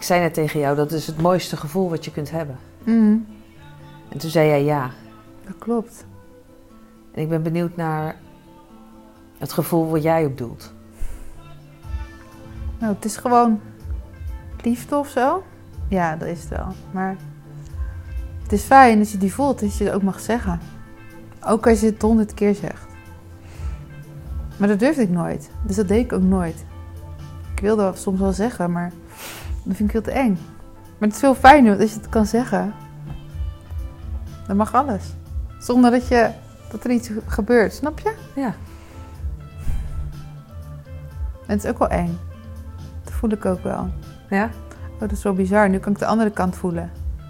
Ik zei net tegen jou, dat is het mooiste gevoel wat je kunt hebben. Mm. En toen zei jij ja. Dat klopt. En ik ben benieuwd naar het gevoel wat jij op doelt. Nou, het is gewoon liefde of zo. Ja, dat is het wel. Maar het is fijn als je die voelt, dat je het ook mag zeggen. Ook als je het 100 keer zegt. Maar dat durfde ik nooit. Dus dat deed ik ook nooit. Ik wilde dat soms wel zeggen, maar dat vind ik heel te eng. Maar het is veel fijner, want als je het kan zeggen, dan mag alles. Zonder dat er iets gebeurt, snap je? Ja. En het is ook wel eng. Dat voel ik ook wel. Ja? Oh, dat is wel bizar. Nu kan ik de andere kant voelen.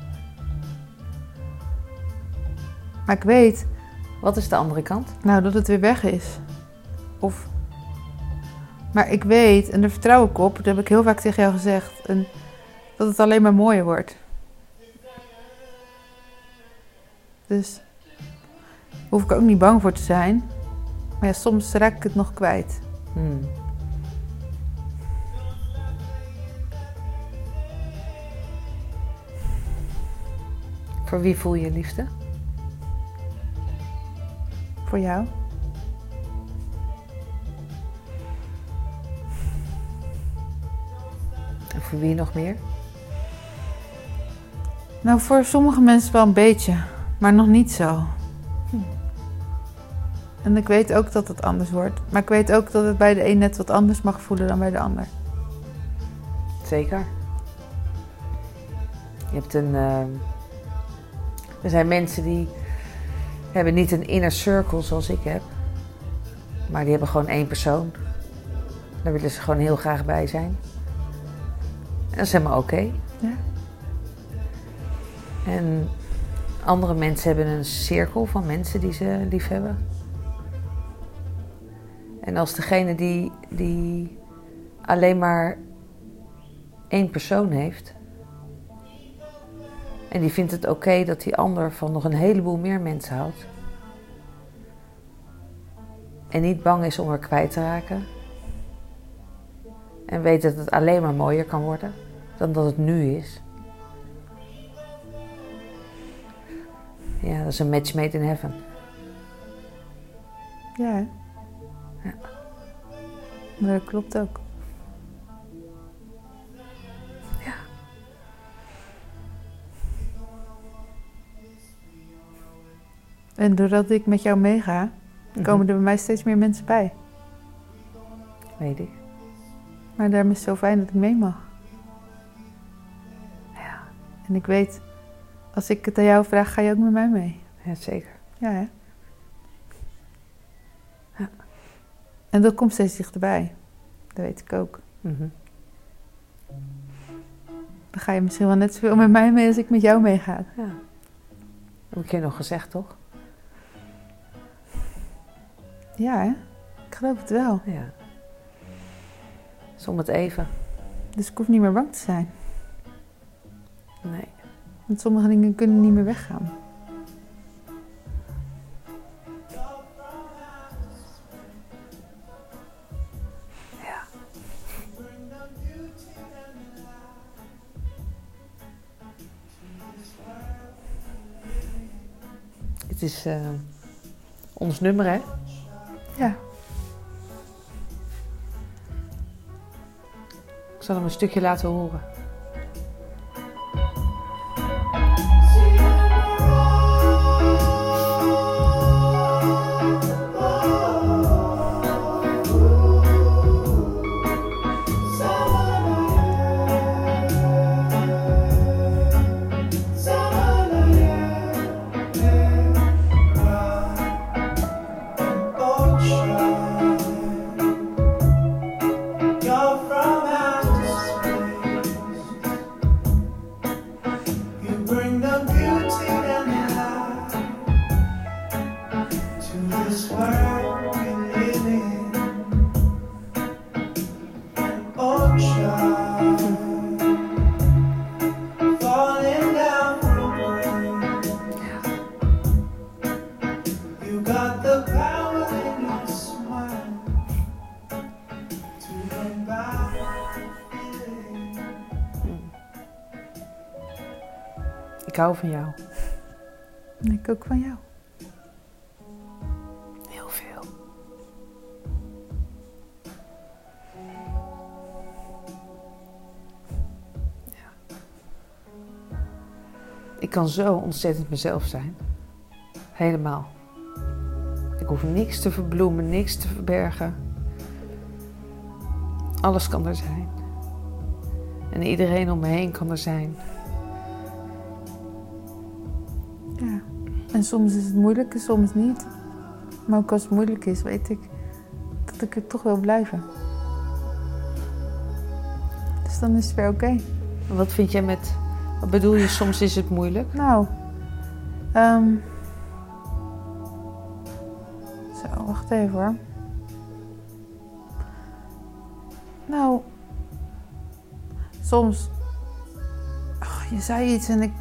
Maar ik weet, Wat is de andere kant? nou, dat het weer weg is. Of... Maar ik weet, en daar vertrouw ik op, dat heb ik heel vaak tegen jou gezegd, en dat het alleen maar mooier wordt. Dus hoef ik er ook niet bang voor te zijn. Maar ja, soms raak ik het nog kwijt. Voor wie voel je liefde? Voor jou? En voor wie nog meer? Nou, voor sommige mensen wel een beetje, maar nog niet zo. En ik weet ook dat het anders wordt. Maar ik weet ook dat het bij de een net wat anders mag voelen dan bij de ander. Zeker. Je hebt er zijn mensen die hebben niet een inner circle zoals ik heb. Maar die hebben gewoon één persoon. Daar willen ze gewoon heel graag bij zijn. En dat is helemaal oké. Ja. En andere mensen hebben een cirkel van mensen die ze lief hebben. En als degene die alleen maar één persoon heeft, en die vindt het oké dat die ander van nog een heleboel meer mensen houdt, en niet bang is om er kwijt te raken, en weet dat het alleen maar mooier kan worden dan dat het nu is. Ja, dat is een match made in heaven. Ja, hè? Ja. Maar dat klopt ook. Ja. En doordat ik met jou meega, komen er bij mij steeds meer mensen bij. Weet ik. Maar daarom is het zo fijn dat ik mee mag. Ja, En ik weet, als ik het aan jou vraag, ga je ook met mij mee. ja zeker. Ja, hè? Ja. En dat komt steeds dichterbij. Dat weet ik ook. Mhm. Dan ga je misschien wel net zoveel met mij mee als ik met jou meega. Ja. Heb ik je nog gezegd, toch? Ja, hè? Ik geloof het wel. Ja. Som het even. Dus ik hoef niet meer bang te zijn. Nee. Want sommige dingen kunnen niet meer weggaan. Ja. Dit is ons nummer, hè? Ja. Ik zal hem een stukje laten horen. You're from outer space. Ik hou van jou. En ik ook van jou. Heel veel. Ja. Ik kan zo ontzettend mezelf zijn. Helemaal. Ik hoef niks te verbloemen, niks te verbergen. Alles kan er zijn. En iedereen om me heen kan er zijn. Ja. En soms is het moeilijk en soms niet. Maar ook als het moeilijk is, weet ik dat ik er toch wil blijven. Dus dan is het weer oké. Wat vind jij met... Wat bedoel je, soms is het moeilijk? Nou, zo, wacht even hoor. Nou, soms... Ach, je zei iets en ik...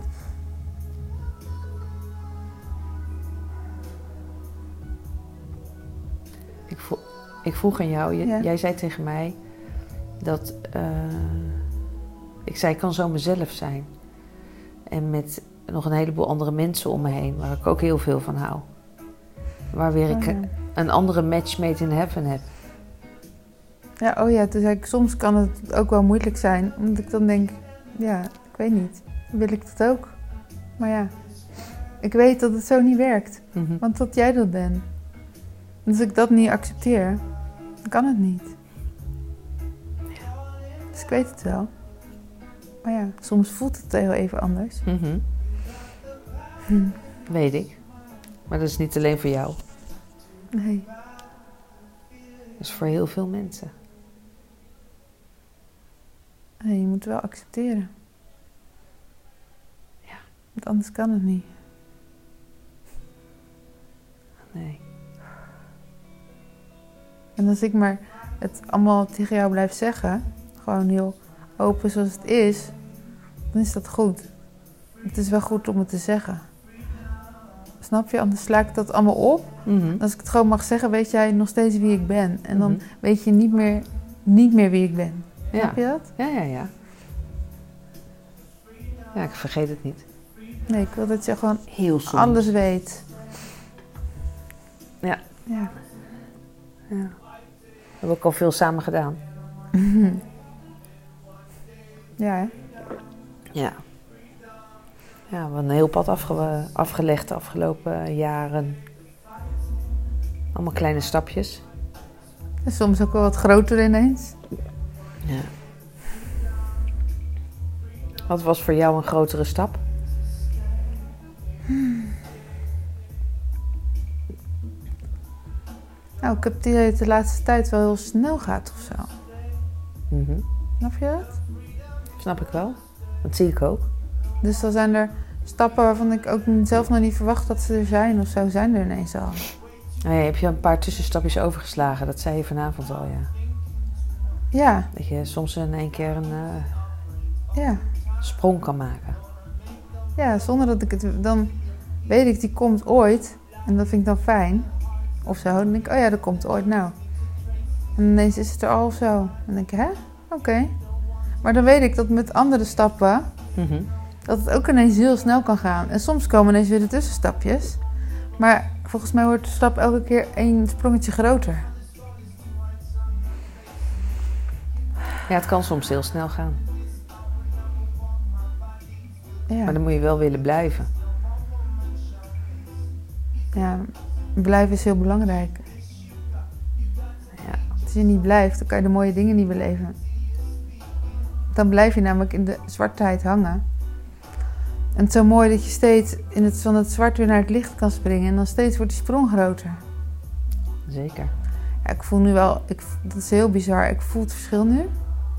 Ik vroeg aan jou, Ja. jij zei tegen mij dat... ik zei, ik kan zo mezelf zijn. En met nog een heleboel andere mensen om me heen, waar ik ook heel veel van hou. Waar weer ik een andere match made in heaven heb. Ja, oh ja, toen zei ik, soms kan het ook wel moeilijk zijn. Omdat ik dan denk, ja, ik weet niet. Wil ik dat ook? Maar ja, ik weet dat het zo niet werkt. Mhm. Want dat jij dat bent. En als ik dat niet accepteer, dan kan het niet. Dus ik weet het wel. Maar ja, soms voelt het heel even anders. Mhm. Weet ik. Maar dat is niet alleen voor jou. Nee. Dat is voor heel veel mensen. Nee, je moet het wel accepteren. Ja. Want anders kan het niet. Nee. En als ik maar het allemaal tegen jou blijf zeggen, gewoon heel open zoals het is, dan is dat goed. Het is wel goed om het te zeggen. Snap je? Anders sla ik dat allemaal op. Mhm. Als ik het gewoon mag zeggen, weet jij nog steeds wie ik ben. En dan Mhm. weet je niet meer wie ik ben. Ja. Snap je dat? Ja. Ja, ik vergeet het niet. Nee, ik wil dat je gewoon Heel soms. alles weet. Ja. Ja. Ja. We hebben ook al veel samen gedaan. Ja, hè? Ja. Ja, we hebben een heel pad afgelegd de afgelopen jaren. Allemaal kleine stapjes. En soms ook wel wat groter ineens. Ja. Wat was voor jou een grotere stap? Nou, ik heb het idee dat het de laatste tijd wel heel snel gaat of zo. Mhm. Snap je dat? Snap ik wel. Dat zie ik ook. Dus dan zijn er stappen waarvan ik ook zelf nog niet verwacht dat ze er zijn of zo, zijn er ineens al. Nou ja, heb je een paar tussenstapjes overgeslagen. Dat zei je vanavond al, ja. Ja, Dat je soms in één keer een ja. sprong kan maken. Ja, zonder dat ik het... Dan weet ik, die komt ooit. En dat vind ik dan fijn. Of zo. Dan denk ik, oh ja, dat komt ooit nou. En ineens is het er al of zo. Dan denk ik, hè? Oké. Maar dan weet ik dat met andere stappen... Mhm. dat het ook ineens heel snel kan gaan. En soms komen ineens weer de tussenstapjes. Maar volgens mij wordt de stap elke keer één sprongetje groter. Ja, het kan soms heel snel gaan. Ja. Maar dan moet je wel willen blijven. Ja, blijven is heel belangrijk. Ja. Als je niet blijft, dan kan je de mooie dingen niet beleven. Dan blijf je namelijk in de zwartheid hangen. En het is zo mooi dat je steeds van het zwart weer naar het licht kan springen. En dan steeds wordt die sprong groter. Zeker. Ja, ik voel nu wel, dat is heel bizar, ik voel het verschil nu.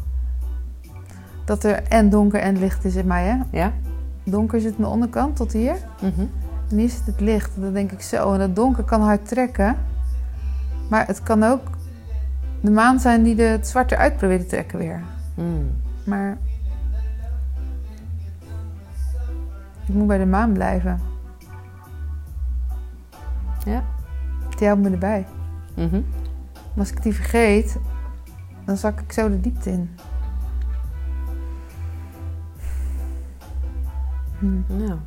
Dat er en donker en licht is in mij, hè. Ja? Donker zit aan de onderkant tot hier. Mhm. En hier zit het licht. En dan denk ik zo, en dat donker kan hard trekken. Maar het kan ook de maan zijn die het zwart eruit probeert te trekken weer. Mm. Maar ik moet bij de maan blijven. Ja. Die houdt me erbij. Mhm. Maar als ik die vergeet, dan zak ik zo de diepte in. Ja.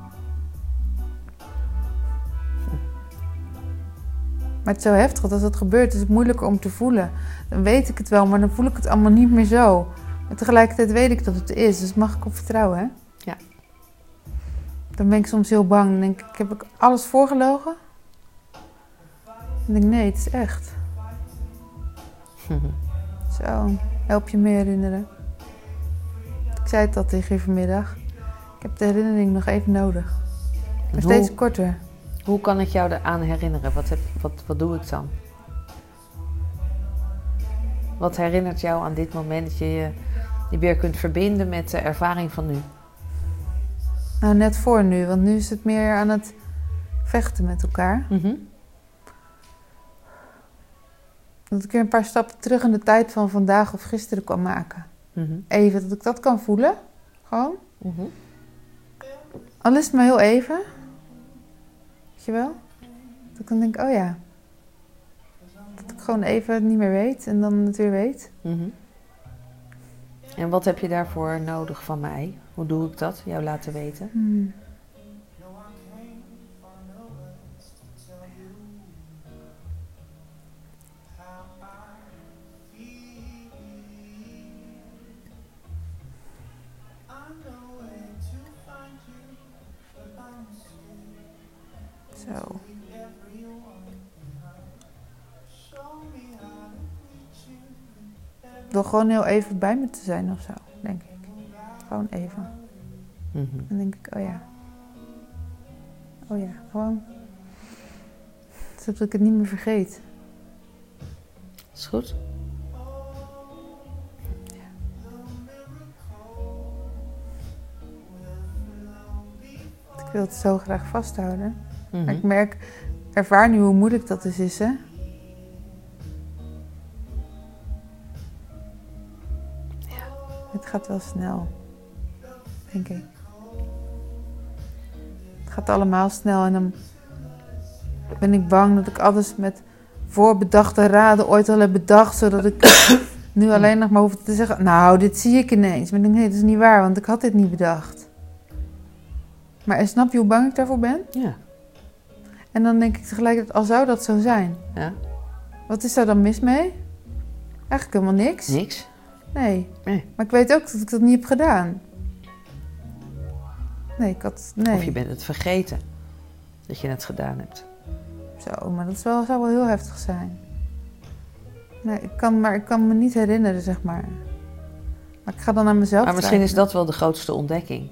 Maar het is zo heftig dat als het gebeurt, is het moeilijker om te voelen. Dan weet ik het wel, maar dan voel ik het allemaal niet meer zo. Maar tegelijkertijd weet ik dat het is, dus mag ik op vertrouwen, hè? Ja. Dan ben ik soms heel bang. Dan denk ik, heb ik alles voorgelogen? Dan denk ik, nee, het is echt. Zo, help je me herinneren. Ik zei het al tegen je vanmiddag. Ik heb de herinnering nog even nodig. Maar steeds korter. Hoe kan ik jou eraan herinneren? Wat doe ik dan? Wat herinnert jou aan dit moment dat je weer kunt verbinden met de ervaring van nu? Nou, net voor nu, want nu is het meer aan het vechten met elkaar. Dat ik weer een paar stappen terug in de tijd van vandaag of gisteren kan maken. Even, dat ik dat kan voelen. Gewoon. Al is het maar heel even. Weet je wel? Dat ik dan denk, oh ja. Dat ik gewoon even niet meer weet en dan het weer weet. En wat heb je daarvoor nodig van mij? Hoe doe ik dat? Jou laten weten? Zo. Door gewoon heel even bij me te zijn of zo, denk ik. Gewoon even. Dan denk ik, oh ja. Oh ja, gewoon. Zodat ik het niet meer vergeet. Is goed? Ik wil het zo graag vasthouden. Maar ik ervaar nu hoe moeilijk dat dus is, hè. Het gaat wel snel, denk ik. Het gaat allemaal snel en dan ben ik bang dat ik alles met voorbedachte raden ooit al heb bedacht, zodat ik nu alleen nog maar hoef te zeggen, nou, dit zie ik ineens. Maar ik denk, nee, dat is niet waar, want ik had dit niet bedacht. Maar snap je hoe bang ik daarvoor ben? Ja. En dan denk ik tegelijkertijd, al zou dat zo zijn. Ja. Wat is daar dan mis mee? Eigenlijk helemaal niks. Niks? Nee. Maar ik weet ook dat ik dat niet heb gedaan. Nee. Of je bent het vergeten dat je het gedaan hebt. Zo, maar dat zou wel heel heftig zijn. Nee, ik kan me niet herinneren, zeg maar. Maar ik ga dan naar mezelf Maar misschien twijfelen. is dat wel de grootste ontdekking.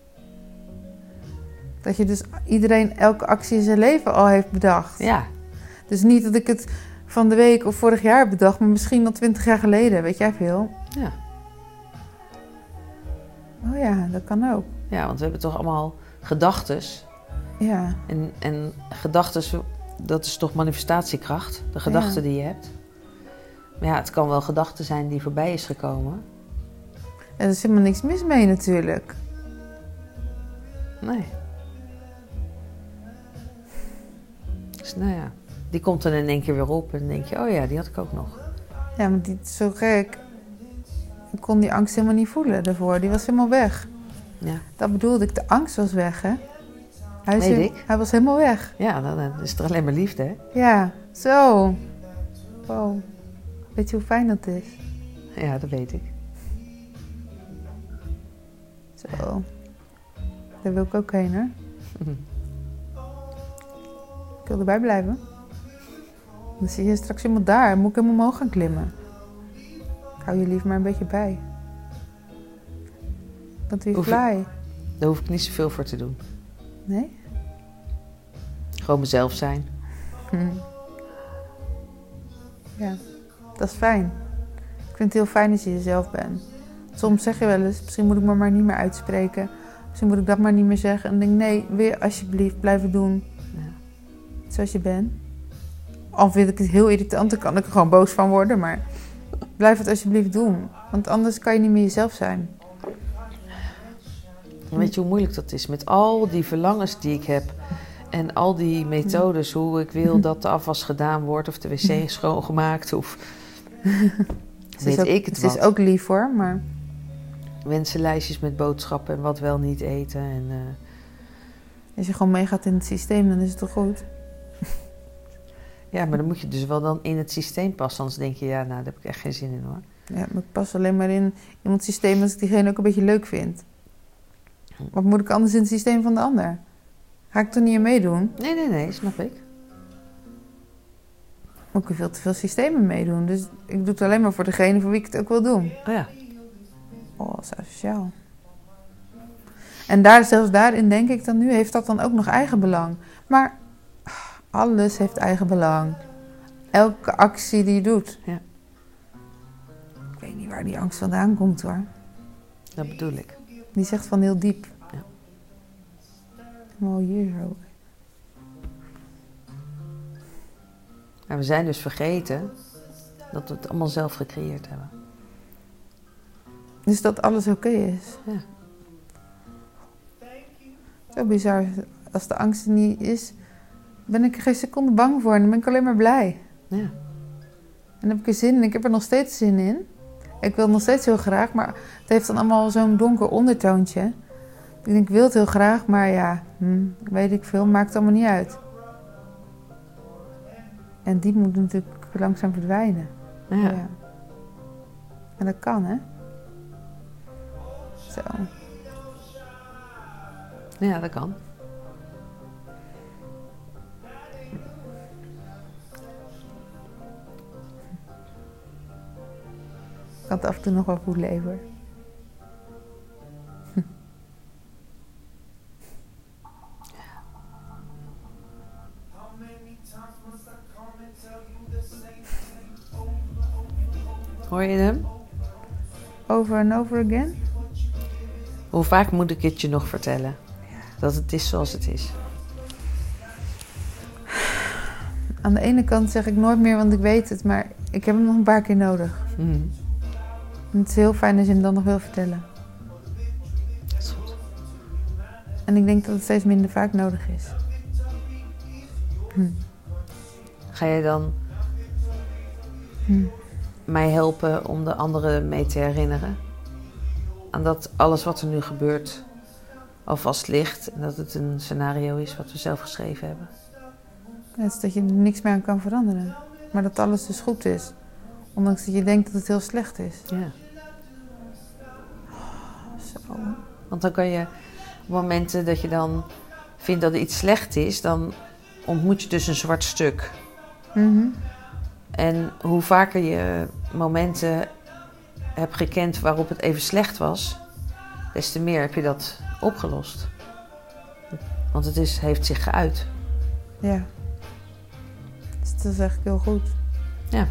Dat je dus iedereen elke actie in zijn leven al heeft bedacht. Ja. Dus niet dat ik het van de week of vorig jaar heb bedacht, maar misschien al 20 jaar geleden. Weet jij veel? Ja. Oh ja, dat kan ook. Ja, want we hebben toch allemaal gedachtes. Ja. En gedachtes, dat is toch manifestatiekracht. De gedachten die je hebt. Maar ja, het kan wel gedachten zijn die voorbij is gekomen. En er is helemaal niks mis mee natuurlijk. Nee. Dus nou ja, die komt dan in één keer weer op en dan denk je, oh ja, die had ik ook nog. Ja, maar die is zo gek. Ik kon die angst helemaal niet voelen daarvoor. Die was helemaal weg. Ja. Dat bedoelde ik, de angst was weg, hè? Hij was helemaal weg. Ja, dan is er alleen maar liefde, hè? Ja, zo. Wow. Weet je hoe fijn dat is? Ja, dat weet ik. Zo. Daar wil ik ook heen, hoor. Ik wil erbij blijven. Dan zie je straks iemand daar. Dan moet ik helemaal omhoog gaan klimmen. Ik hou je liever maar een beetje bij. Dat we fly. Daar hoef ik niet zoveel voor te doen. Nee? Gewoon mezelf zijn. Ja, dat is fijn. Ik vind het heel fijn als je jezelf bent. Soms zeg je wel eens, misschien moet ik me maar niet meer uitspreken. Misschien moet ik dat maar niet meer zeggen. En denk, nee, weer alsjeblieft blijven doen. Ja. Zoals je bent. Al vind ik het heel irritant, dan kan ik er gewoon boos van worden. Maar blijf het alsjeblieft doen. Want anders kan je niet meer jezelf zijn. Weet je hoe moeilijk dat is? Met al die verlangens die ik heb. En al die methodes, hoe ik wil dat de afwas gedaan wordt. Of de wc schoongemaakt. Of weet ik het wat. Het is ook lief hoor, maar... wensenlijstjes met boodschappen en wat wel niet eten. En, Als je gewoon meegaat in het systeem, dan is het toch goed? ja, maar dan moet je dus wel dan in het systeem passen. Anders denk je, ja, nou, daar heb ik echt geen zin in hoor. Ja, maar ik pas alleen maar in het systeem als ik diegene ook een beetje leuk vind. Wat moet ik anders in het systeem van de ander? Ga ik er niet aan meedoen? Nee, snap ik. Moet ik in veel te veel systemen meedoen. Dus ik doe het alleen maar voor degene voor wie ik het ook wil doen. Oh ja. Oh, dat is asociaal. En zelfs daarin denk ik dan nu, heeft dat dan ook nog eigen belang. Maar alles heeft eigen belang. Elke actie die je doet. Ja. Ik weet niet waar die angst vandaan komt hoor. Dat bedoel ik. Die zegt van heel diep. Ja. Oh, hier zo. Maar we zijn dus vergeten dat we het allemaal zelf gecreëerd hebben. Dus dat alles oké is. Ja. Zo bizar. Als de angst er niet is, ben ik er geen seconde bang voor. En dan ben ik alleen maar blij. Ja. En dan heb ik er zin in. Ik heb er nog steeds zin in. Ik wil het nog steeds heel graag, maar het heeft dan allemaal zo'n donker ondertoontje. Ik denk, ik wil het heel graag, maar ja, weet ik veel, maakt het allemaal niet uit. En die moet natuurlijk langzaam verdwijnen. Ja. En dat kan, hè? Zo. Ja, dat kan. Ik kan het af en toe nog wel voelen, even, hoor. Hoor je hem? Over en over again? Hoe vaak moet ik het je nog vertellen? Dat het is zoals het is. Aan de ene kant zeg ik nooit meer, want ik weet het, maar ik heb hem nog een paar keer nodig. Mm. En het is heel fijn als je hem dan nog wil vertellen. Dat is goed. En ik denk dat het steeds minder vaak nodig is. Ga jij dan mij helpen om de anderen mee te herinneren? Aan dat alles wat er nu gebeurt alvast ligt. En dat het een scenario is wat we zelf geschreven hebben. Het is dat je er niks meer aan kan veranderen. Maar dat alles dus goed is. Ondanks dat je denkt dat het heel slecht is. Ja. Zo. Want dan kan je op momenten dat je dan vindt dat iets slecht is, dan ontmoet je dus een zwart stuk. Mm-hmm. En hoe vaker je momenten hebt gekend waarop het even slecht was, des te meer heb je dat opgelost. Want het heeft zich geuit. Ja. Dus dat is eigenlijk heel goed. Ja.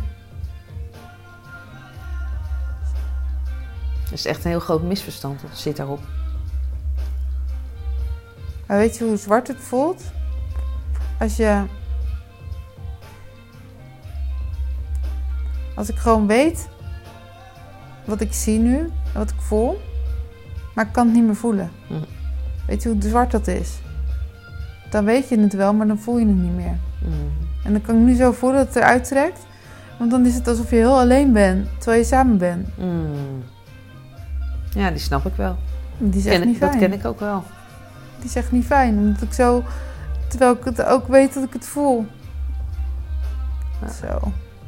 Dat is echt een heel groot misverstand. Dat zit daarop. Maar weet je hoe zwart het voelt? Als ik gewoon weet wat ik zie nu en wat ik voel, maar ik kan het niet meer voelen. Weet je hoe zwart dat is? Dan weet je het wel, maar dan voel je het niet meer. En dan kan ik nu zo voelen dat het eruit trekt. Want dan is het alsof je heel alleen bent, terwijl je samen bent. Ja, die snap ik wel. Die is echt niet fijn. Dat ken ik ook wel. Die is echt niet fijn, omdat ik zo, terwijl ik het ook weet dat ik het voel. Ja. Zo.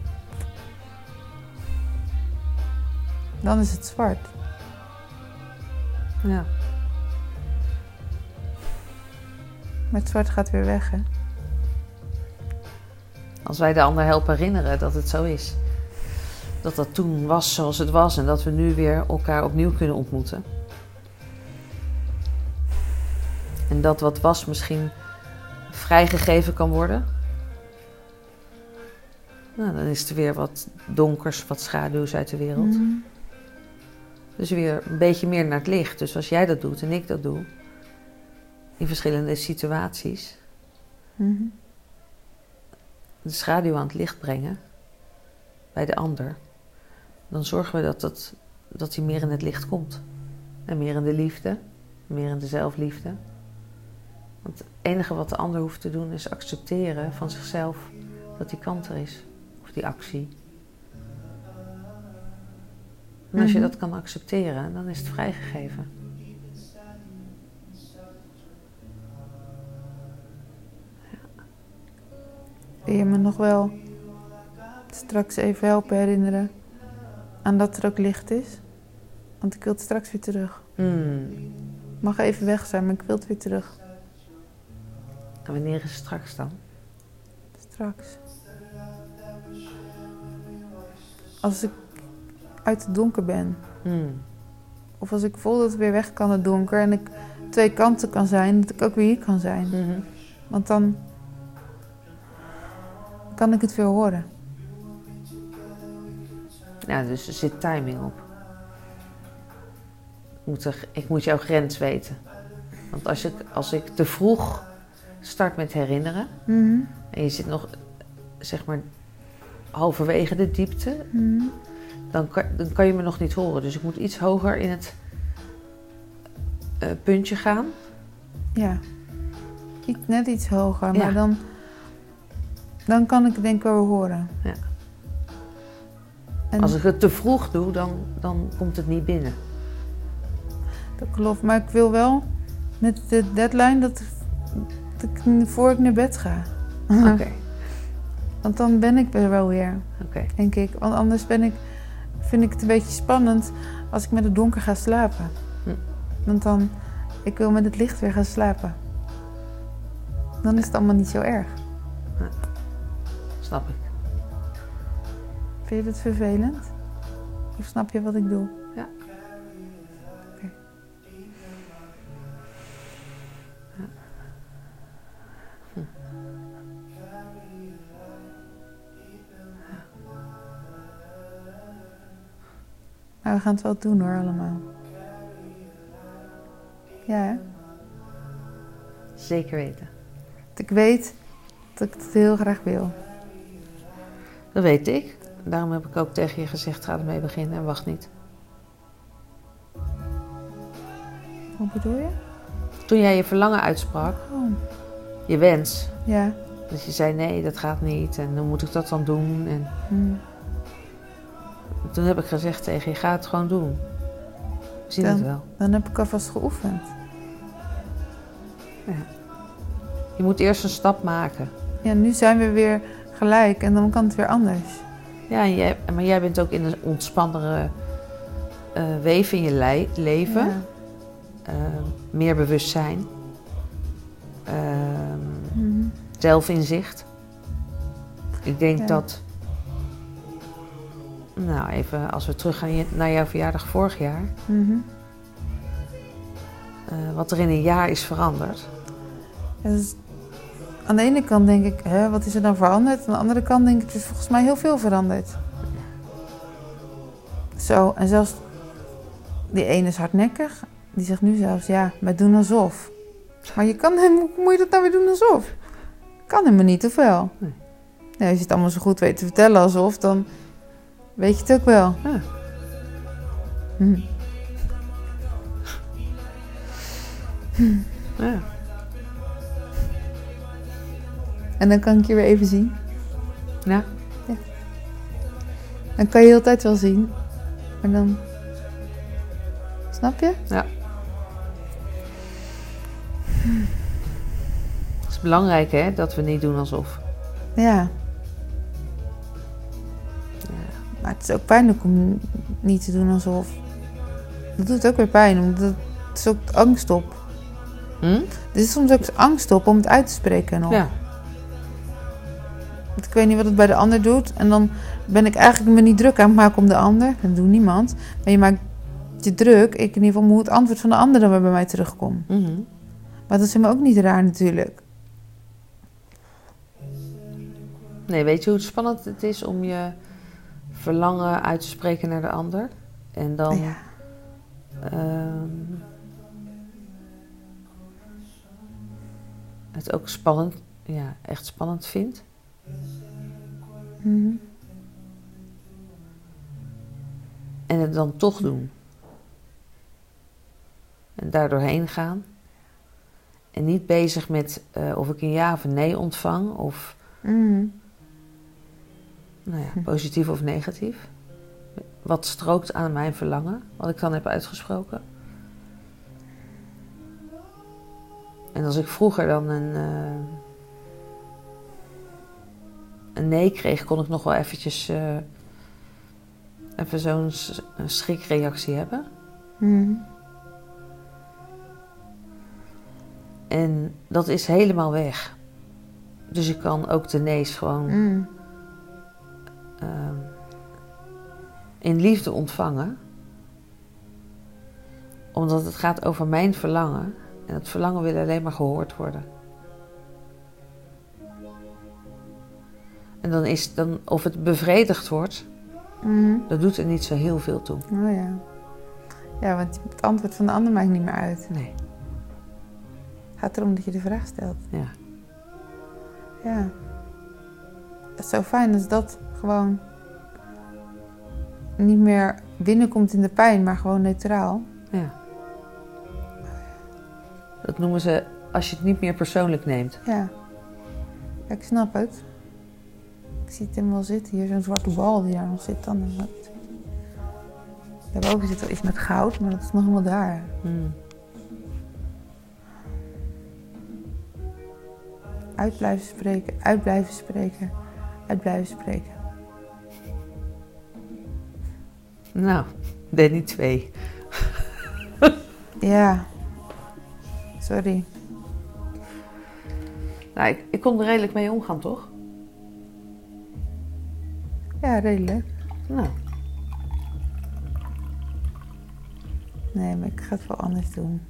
Dan is het zwart. Ja. Maar het zwart gaat weer weg, hè? Als wij de ander helpen herinneren dat het zo is. Dat dat toen was zoals het was en dat we nu weer elkaar opnieuw kunnen ontmoeten. En dat wat was misschien vrijgegeven kan worden. Nou, dan is er weer wat donkers, wat schaduws uit de wereld. Dus weer een beetje meer naar het licht. Dus als jij dat doet en ik dat doe, in verschillende situaties, de schaduw aan het licht brengen bij de ander, dan zorgen we dat hij meer in het licht komt. En meer in de liefde, meer in de zelfliefde. Want het enige wat de ander hoeft te doen is accepteren van zichzelf dat die kant er is. Of die actie. En als je Mhm. dat kan accepteren, dan is het vrijgegeven. Wil je me nog wel straks even helpen herinneren aan dat er ook licht is? Want ik wil het straks weer terug. Het mag even weg zijn, maar ik wil het weer terug. En wanneer is het straks dan? Straks. Als ik uit het donker ben. Of als ik voel dat ik weer weg kan het donker. En ik twee kanten kan zijn. Dat ik ook weer hier kan zijn. Want dan kan ik het weer horen. Ja, dus er zit timing op. Ik moet jouw grens weten. Want als ik te vroeg start met herinneren... en je zit nog, zeg maar, halverwege de diepte... dan kan je me nog niet horen. Dus ik moet iets hoger in het puntje gaan. Ja. Net iets hoger, Ja. maar dan kan ik het denk ik wel horen. Ja. En Als ik het te vroeg doe, dan komt het niet binnen. dat klopt, maar ik wil wel met de deadline dat ik voor ik naar bed ga. Oké. Want dan ben ik er wel weer, Oké. denk ik. Want anders vind ik het een beetje spannend als ik met het donker ga slapen. Want ik wil met het licht weer gaan slapen. Dan is het allemaal niet zo erg. Snap ik. Vind je het vervelend? Of snap je wat ik doe? Ja. Oké. Ja. Maar we gaan het wel doen hoor, allemaal. Ja, hè? Zeker weten. Dat ik weet dat ik het heel graag wil. Dat weet ik. Daarom heb ik ook tegen je gezegd, ga ermee beginnen en wacht niet. Wat bedoel je? Toen jij je verlangen uitsprak, Oh, je wens. ja. Dus je zei nee, dat gaat niet en hoe moet ik dat dan doen? En toen heb ik gezegd tegen je, ga het gewoon doen. We zien het wel. Dan heb ik alvast geoefend. Ja. Je moet eerst een stap maken. Ja, nu zijn we weer gelijk en dan kan het weer anders. Ja, maar jij bent ook in een ontspannere weef in je leven. Ja. Meer bewustzijn. Zelfinzicht. Ik denk dat... Nou, even als we teruggaan naar jouw verjaardag vorig jaar. Wat er in een jaar is veranderd. Ja, dus aan de ene kant denk ik, wat is er dan veranderd? Aan de andere kant denk ik, er is volgens mij heel veel veranderd. Zo, en zelfs die ene is hardnekkig. Die zegt nu zelfs, ja, maar doen alsof. Maar hoe moet je dat nou weer doen alsof? Kan helemaal niet, of wel? Nee. Ja, als je het allemaal zo goed weet te vertellen alsof, dan weet je het ook wel. Ja. Ja. En dan kan ik je weer even zien. Ja. Dan kan je de hele tijd wel zien. Maar dan... Snap je? Ja. Het is belangrijk, hè, dat we niet doen alsof. Ja. Maar het is ook pijnlijk om niet te doen alsof. Dat doet ook weer pijn, omdat het is ook angst op. Er is soms ook angst op om het uit te spreken nog. Ja. Want ik weet niet wat het bij de ander doet. En dan ben ik eigenlijk me niet druk aan het maken om de ander. Dat doet niemand. Maar je maakt je druk, in ieder geval hoe het antwoord van de ander dan weer bij mij terugkomt. Maar dat is helemaal ook niet raar natuurlijk. Nee, weet je hoe spannend het is om je verlangen uit te spreken naar de ander? En dan... Ja. Het ook spannend, ja, echt spannend vindt. En het dan toch doen. En daardoor heen gaan. En niet bezig met of ik een ja of een nee ontvang. Of nou ja, positief of negatief. wat strookt aan mijn verlangen, wat ik dan heb uitgesproken. En als ik vroeger dan een nee kreeg, kon ik nog wel eventjes even zo'n schrikreactie hebben. En dat is helemaal weg. Dus ik kan ook de nee's gewoon in liefde ontvangen. Omdat het gaat over mijn verlangen. En het verlangen wil alleen maar gehoord worden. En dan of het bevredigd wordt, dat doet er niet zo heel veel toe. Oh ja. Ja, want het antwoord van de ander maakt niet meer uit. Nee. Het gaat erom dat je de vraag stelt. Ja. Ja. Het is zo fijn als dat gewoon niet meer binnenkomt in de pijn, maar gewoon neutraal. Ja. Dat noemen ze als je het niet meer persoonlijk neemt. Ja. Ja, ik snap het. Ik zie het helemaal zitten hier, zo'n zwarte bal die daar nog zit dan. Daarboven zit wel iets met goud, maar dat is nog helemaal daar. Uit blijven spreken, uit blijven spreken, uit blijven spreken. Nou, Danny 2. Ja. Sorry. Nou, ik kon er redelijk mee omgaan, toch? Ja, redelijk. Nou. Nee, maar ik ga het wel anders doen.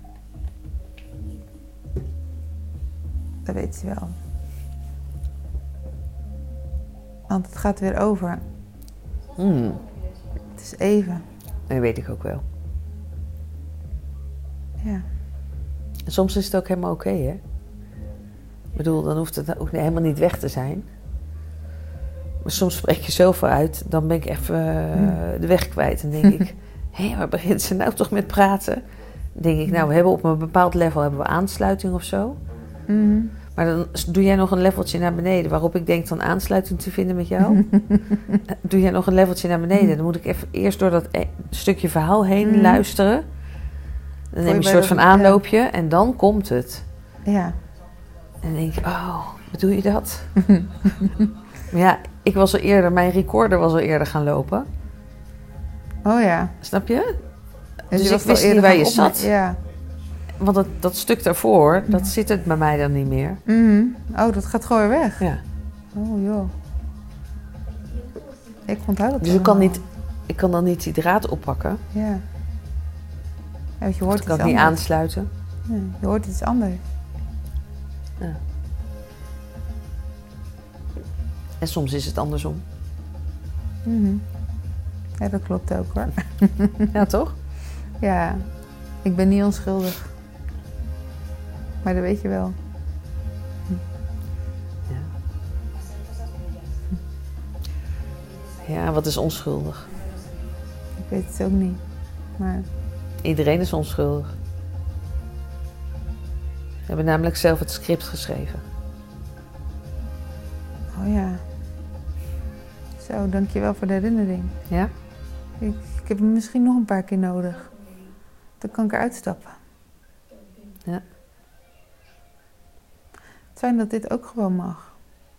Dat weet ze wel. Want het gaat weer over. Het is even. Dat weet ik ook wel. Ja. En soms is het ook helemaal oké, hè? Ik bedoel, dan hoeft het ook helemaal niet weg te zijn. Maar soms spreek je zoveel uit, dan ben ik even de weg kwijt. En denk ik, hé, waar begint ze nou toch met praten? Dan denk ik, nou, we hebben op een bepaald level hebben we aansluiting of zo. Maar dan doe jij nog een leveltje naar beneden, waarop ik denk dan aansluiting te vinden met jou. Doe jij nog een leveltje naar beneden, dan moet ik even eerst door dat stukje verhaal heen luisteren. Dan neem je een soort van aanloopje en dan komt het. Ja. En dan denk je, oh, bedoel je dat? Maar ja, ik was al eerder, mijn recorder was al eerder gaan lopen. Oh ja. Snap je? Dus ik wist niet waar je zat. Ja. Want dat stuk daarvoor, dat zit het bij mij dan niet meer. Oh, dat gaat gewoon weer weg? Ja. Oh joh. Ik onthoud dat dus ik kan dan niet die draad oppakken. Ja. Ja, want je hoort ik kan iets het niet anders. aansluiten. Nee, je hoort iets anders. Ja. En soms is het andersom. Ja, dat klopt ook hoor. Ja, toch? Ja, ik ben niet onschuldig. Maar dat weet je wel. Ja. Ja, wat is onschuldig? Ik weet het ook niet. Maar Iedereen is onschuldig. We hebben namelijk zelf het script geschreven. oh ja. Zo, dankjewel voor de herinnering. Ja? Ik heb hem misschien nog een paar keer nodig. Dan kan ik eruit stappen. Ja. Het fijn dat dit ook gewoon mag.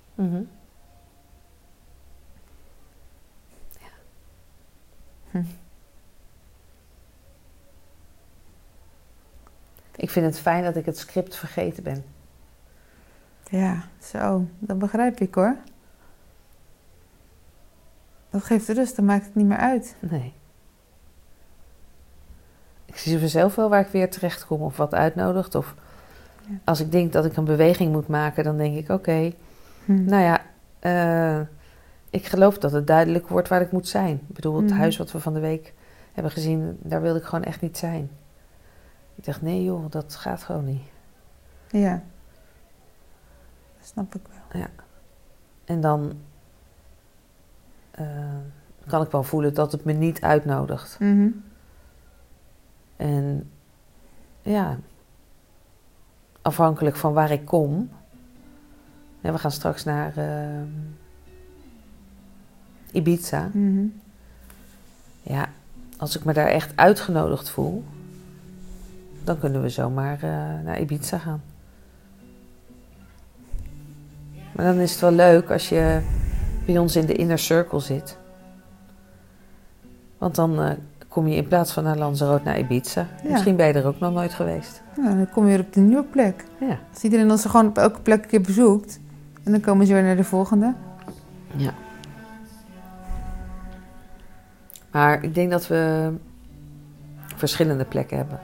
Ja. Ik vind het fijn dat ik het script vergeten ben. Ja, zo. Dat begrijp ik hoor. Dat geeft rust, dan maakt het niet meer uit. Nee. Ik zie vanzelf wel waar ik weer terecht kom of wat uitnodigt. Of als ik denk dat ik een beweging moet maken, dan denk ik oké. Nou ja, ik geloof dat het duidelijk wordt waar ik moet zijn. Ik bedoel, het huis wat we van de week hebben gezien, daar wilde ik gewoon echt niet zijn. Ik dacht, nee joh, dat gaat gewoon niet. Ja. Dat snap ik wel. Ja. En dan kan ik wel voelen dat het me niet uitnodigt. En ja, afhankelijk van waar ik kom. Ja, we gaan straks naar Ibiza. Ja, als ik me daar echt uitgenodigd voel, dan kunnen we zomaar naar Ibiza gaan. Maar dan is het wel leuk als je bij ons in de inner circle zit. Want dan kom je in plaats van naar Lanzarote naar Ibiza. Ja. Misschien ben je er ook nog nooit geweest. Ja, dan kom je weer op de nieuwe plek. Ja. Als iedereen ons gewoon op elke plek een keer bezoekt. En dan komen ze weer naar de volgende. Ja. Maar ik denk dat we verschillende plekken hebben.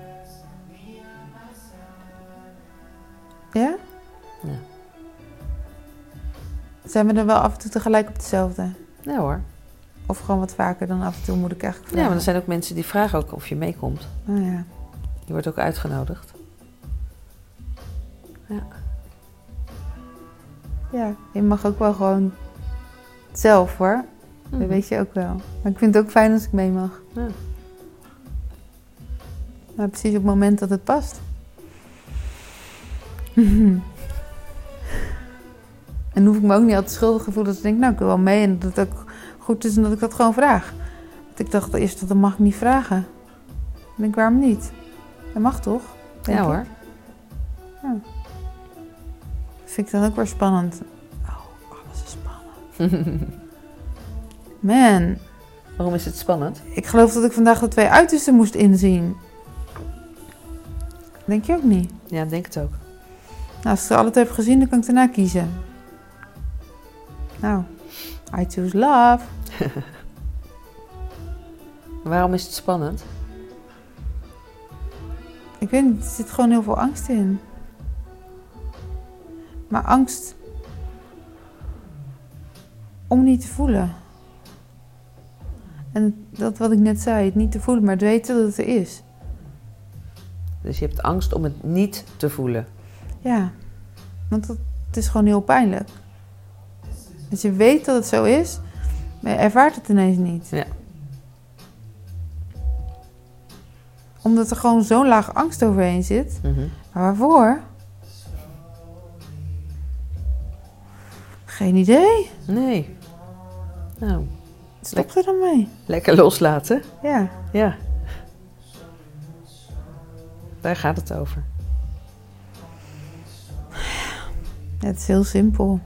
Ja? Ja. Zijn we dan wel af en toe tegelijk op hetzelfde? Ja hoor. Of gewoon wat vaker dan af en toe, moet ik eigenlijk Ja, vragen. maar er zijn ook mensen die vragen ook of je meekomt. Oh ja. Je wordt ook uitgenodigd. Ja. Ja, je mag ook wel gewoon zelf hoor. Mhm. Dat weet je ook wel. Maar ik vind het ook fijn als ik mee mag. Ja. Maar precies op het moment dat het past. En hoef ik me ook niet altijd schuldig te voelen. Dat ik denk, nou ik wil wel mee. En dat het ook goed is en dat ik dat gewoon vraag. Want ik dacht eerst, dat mag ik niet vragen. Ik denk, waarom niet? Dat mag toch? Denk Ja ik. hoor. Dat vind ik dan ook weer spannend. Oh, alles is spannend. Man, Waarom is het spannend? ik geloof dat ik vandaag de 2 uitersten moest inzien. Denk je ook niet? Ja, ik denk het ook. Nou, als ik ze alle 2 heb gezien, dan kan ik daarna kiezen. Nou, I choose love. Waarom is het spannend? Ik weet niet, er zit gewoon heel veel angst in. Maar angst om niet te voelen. En dat wat ik net zei, het niet te voelen, maar het weten dat het er is. Dus je hebt angst om het niet te voelen. Ja, want het is gewoon heel pijnlijk. Als je weet dat het zo is, maar je ervaart het ineens niet. Ja. Omdat er gewoon zo'n laag angst overheen zit. Mhm. Maar waarvoor? Geen idee. Nee. Nou, Stop er dan mee. lekker loslaten. Ja. Ja. Daar gaat het over. Ja, het is heel simpel.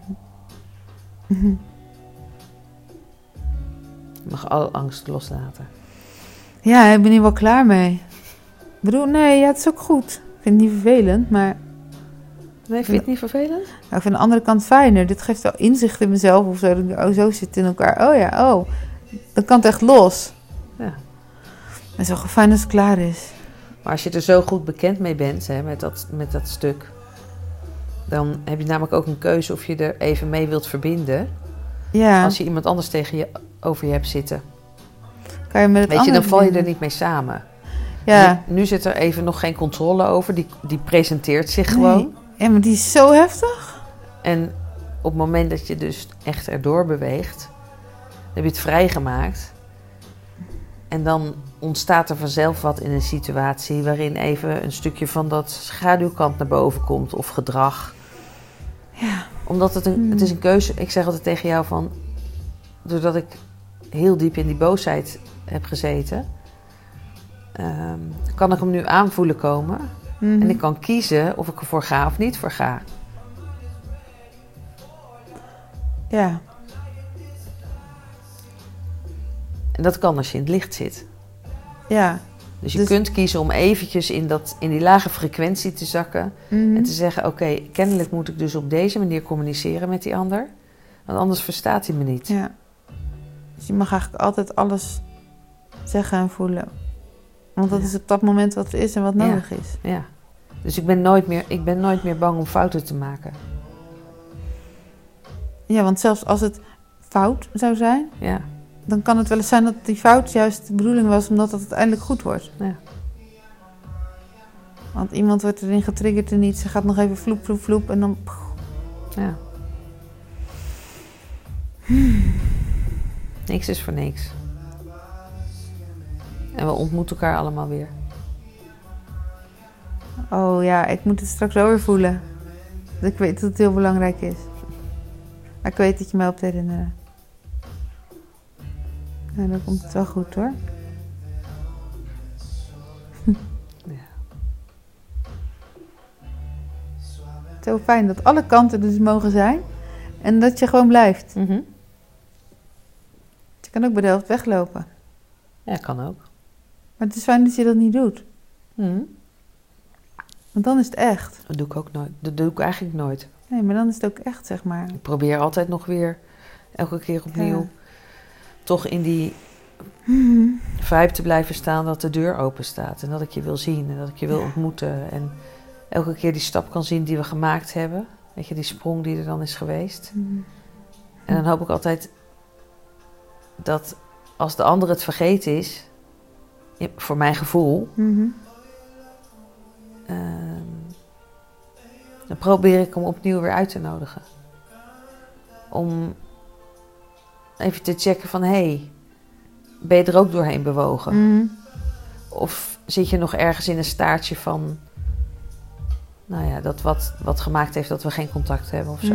Je mag alle angst loslaten. Ja, ik ben hier wel klaar mee. Ik bedoel, nee, ja, het is ook goed. Ik vind het niet vervelend, maar Nee, vind je het niet vervelend? nou, ik vind aan de andere kant fijner. Dit geeft wel inzicht in mezelf of zo. Dat ik denk, oh, zo zit het in elkaar. Oh ja, oh. Dan kan het echt los. Ja. Het is wel gewoon fijn als het klaar is. Maar als je er zo goed bekend mee bent, hè, met dat stuk, dan heb je namelijk ook een keuze of je er even mee wilt verbinden. Ja, Als je iemand anders over je hebt zitten. kan je met het Weet je, dan andere val je er verbinden. niet mee samen. Ja. Nu zit er even nog geen controle over. Die presenteert zich gewoon. Nee. Ja, maar die is zo heftig. En op het moment dat je dus echt erdoor beweegt, heb je het vrijgemaakt. En dan ontstaat er vanzelf wat in een situatie waarin even een stukje van dat schaduwkant naar boven komt of gedrag. Ja. Omdat het is een keuze. Ik zeg altijd tegen jou van, doordat ik heel diep in die boosheid heb gezeten, kan ik hem nu aanvoelen komen. Mhm. En ik kan kiezen of ik ervoor ga of niet voor ga. Ja. En dat kan als je in het licht zit. Ja. Dus je Dus- kunt kiezen om eventjes in die lage frequentie te zakken. Mhm. En te zeggen, oké, kennelijk moet ik dus op deze manier communiceren met die ander. Want anders verstaat hij me niet. Ja. Dus je mag eigenlijk altijd alles zeggen en voelen. Want dat is op dat moment wat er is en wat Ja. nodig is. Ja. Dus ik ben nooit meer bang om fouten te maken. Ja, want zelfs als het fout zou zijn, Ja. dan kan het wel eens zijn dat die fout juist de bedoeling was omdat het uiteindelijk goed wordt. Ja. Want iemand wordt erin getriggerd en niet. Ze gaat nog even vloep, vloep, vloep en dan... Ja. Niks is voor niks. En we ontmoeten elkaar allemaal weer. Oh ja, ik moet het straks wel weer voelen. Ik weet dat het heel belangrijk is. Maar ik weet dat je mij op te herinneren. Nou, dan komt het wel goed hoor. Zo fijn dat alle kanten dus mogen zijn. En dat je gewoon blijft. Mhm. Je kan ook bij de helft weglopen. Ja, kan ook. Maar het is fijn dat je dat niet doet. Mhm. Want dan is het echt. Dat doe ik ook nooit. Dat doe ik eigenlijk nooit. Nee, maar dan is het ook echt, zeg maar. Ik probeer altijd nog weer, elke keer opnieuw, Ja. toch in die vibe te blijven staan dat de deur open staat. En dat ik je wil zien en dat ik je wil ontmoeten. En elke keer die stap kan zien die we gemaakt hebben. Weet je, die sprong die er dan is geweest. En dan hoop ik altijd dat als de ander het vergeten is, voor mijn gevoel, dan probeer ik hem opnieuw weer uit te nodigen. Om even te checken van, hey, ben je er ook doorheen bewogen? Of zit je nog ergens in een staartje van, nou ja, dat wat gemaakt heeft dat we geen contact hebben of zo.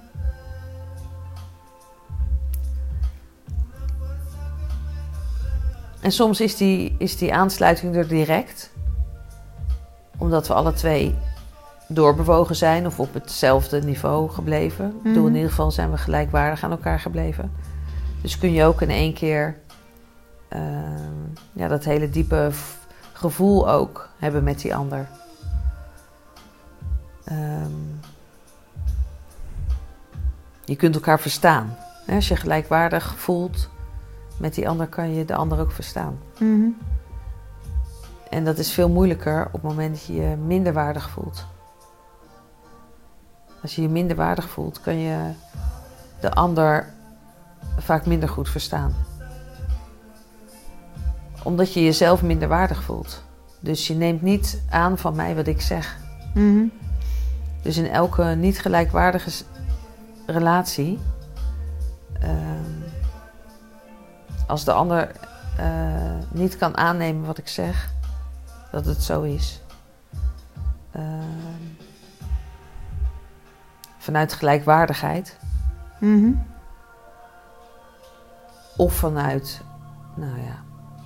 En soms is die aansluiting er direct. Omdat we alle twee doorbewogen zijn of op hetzelfde niveau gebleven. Ik bedoel, in ieder geval zijn we gelijkwaardig aan elkaar gebleven. Dus kun je ook in één keer dat hele diepe gevoel ook hebben met die ander. Je kunt elkaar verstaan. Als je gelijkwaardig voelt met die ander, kan je de ander ook verstaan. En dat is veel moeilijker op het moment dat je je minderwaardig voelt. Als je je minderwaardig voelt, kan je de ander vaak minder goed verstaan. Omdat je jezelf minderwaardig voelt. Dus je neemt niet aan van mij wat ik zeg. Dus in elke niet gelijkwaardige relatie, als de ander niet kan aannemen wat ik zeg, dat het zo is. Vanuit gelijkwaardigheid. Of vanuit, nou ja,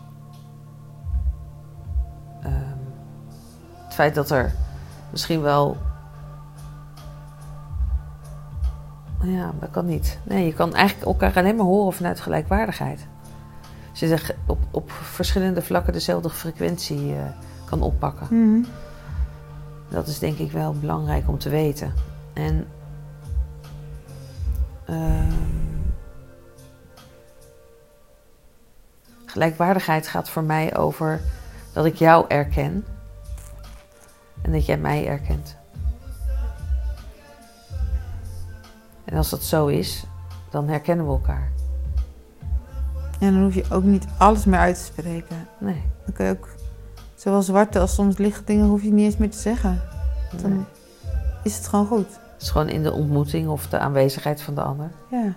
het feit dat er misschien wel, ja, dat kan niet. Nee, je kan eigenlijk elkaar alleen maar horen vanuit gelijkwaardigheid. Als je zegt op verschillende vlakken dezelfde frequentie kan oppakken. Dat is denk ik wel belangrijk om te weten. En gelijkwaardigheid gaat voor mij over dat ik jou erken en dat jij mij erkent. En als dat zo is, dan herkennen we elkaar. En dan hoef je ook niet alles meer uit te spreken. Nee. Dan kun je ook, zowel zwarte als soms lichte dingen, hoef je niet eens meer te zeggen. Dan is het gewoon goed. Het is gewoon in de ontmoeting of de aanwezigheid van de ander. Ja.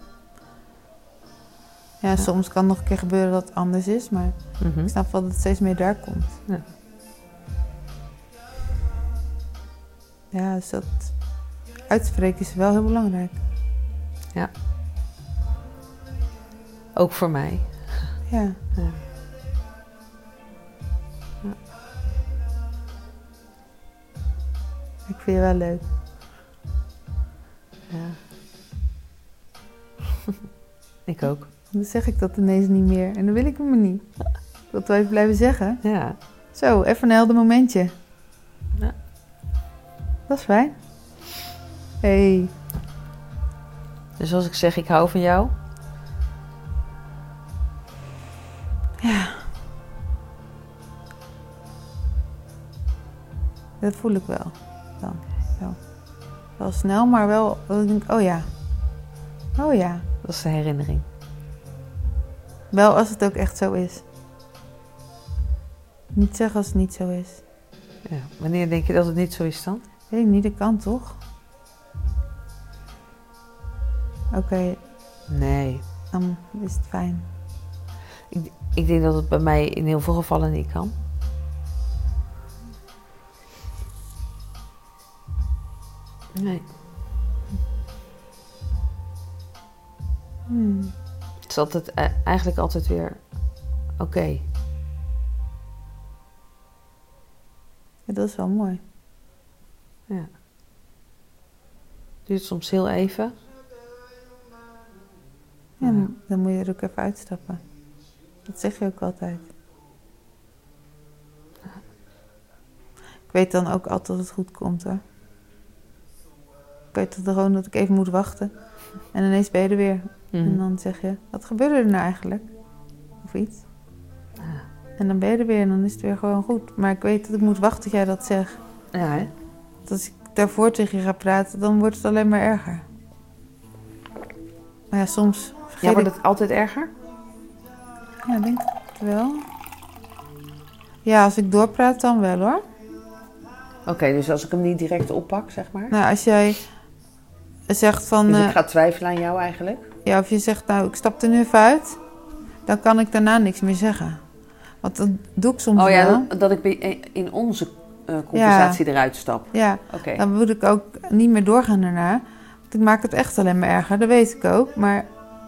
Ja, soms kan nog een keer gebeuren dat het anders is, maar ik snap wel dat het steeds meer daar komt. Ja. Ja, dus dat uitspreken is wel heel belangrijk. Ja. Ook voor mij. Ja. Ja. Ja. Ik vind je wel leuk. Ja. Ik ook. Dan zeg ik dat ineens niet meer. En dan wil ik hem niet. Ik wil het wel even blijven zeggen. Ja. Zo, even een helder momentje. Ja. Dat is fijn. Hey. Dus als ik zeg ik hou van jou. Ja. Dat voel ik wel. Dan. Wel. Wel snel, maar wel. Dat ik denk, oh ja. Oh ja. Dat is de herinnering. Wel als het ook echt zo is. Niet zeggen als het niet zo is. Ja. Wanneer denk je dat het niet zo is dan? Weet ik niet, dat kan toch? Oké, Nee. dan is het fijn. Ik denk dat het bij mij in heel veel gevallen niet kan. Nee. Het is altijd, eigenlijk altijd weer oké. Ja, dat is wel mooi. Ja. Duurt soms heel even. Ja, dan moet je er ook even uitstappen. Dat zeg je ook altijd. Ik weet dan ook altijd dat het goed komt, hoor. Ik weet dat gewoon dat ik even moet wachten. En ineens ben je er weer. En dan zeg je, wat gebeurde er nou eigenlijk? Of iets. En dan ben je er weer en dan is het weer gewoon goed. Maar ik weet dat ik moet wachten tot jij dat zegt. Ja, hè? Dat als ik daarvoor tegen je ga praten, dan wordt het alleen maar erger. Maar ja, soms vergeet Ja, wordt het altijd erger? Ja, denk ik wel. Ja, als ik doorpraat dan wel, hoor. Oké, dus als ik hem niet direct oppak, zeg maar. Nou, als jij zegt van... Dus ik ga twijfelen aan jou eigenlijk? Ja, of je zegt, nou, ik stap er nu even uit. Dan kan ik daarna niks meer zeggen. Want dat doe ik soms Oh ja, wel. dat ik in onze conversatie eruit stap. Ja, Oké. dan moet ik ook niet meer doorgaan daarna. Want ik maak het echt alleen maar erger, dat weet ik ook. Maar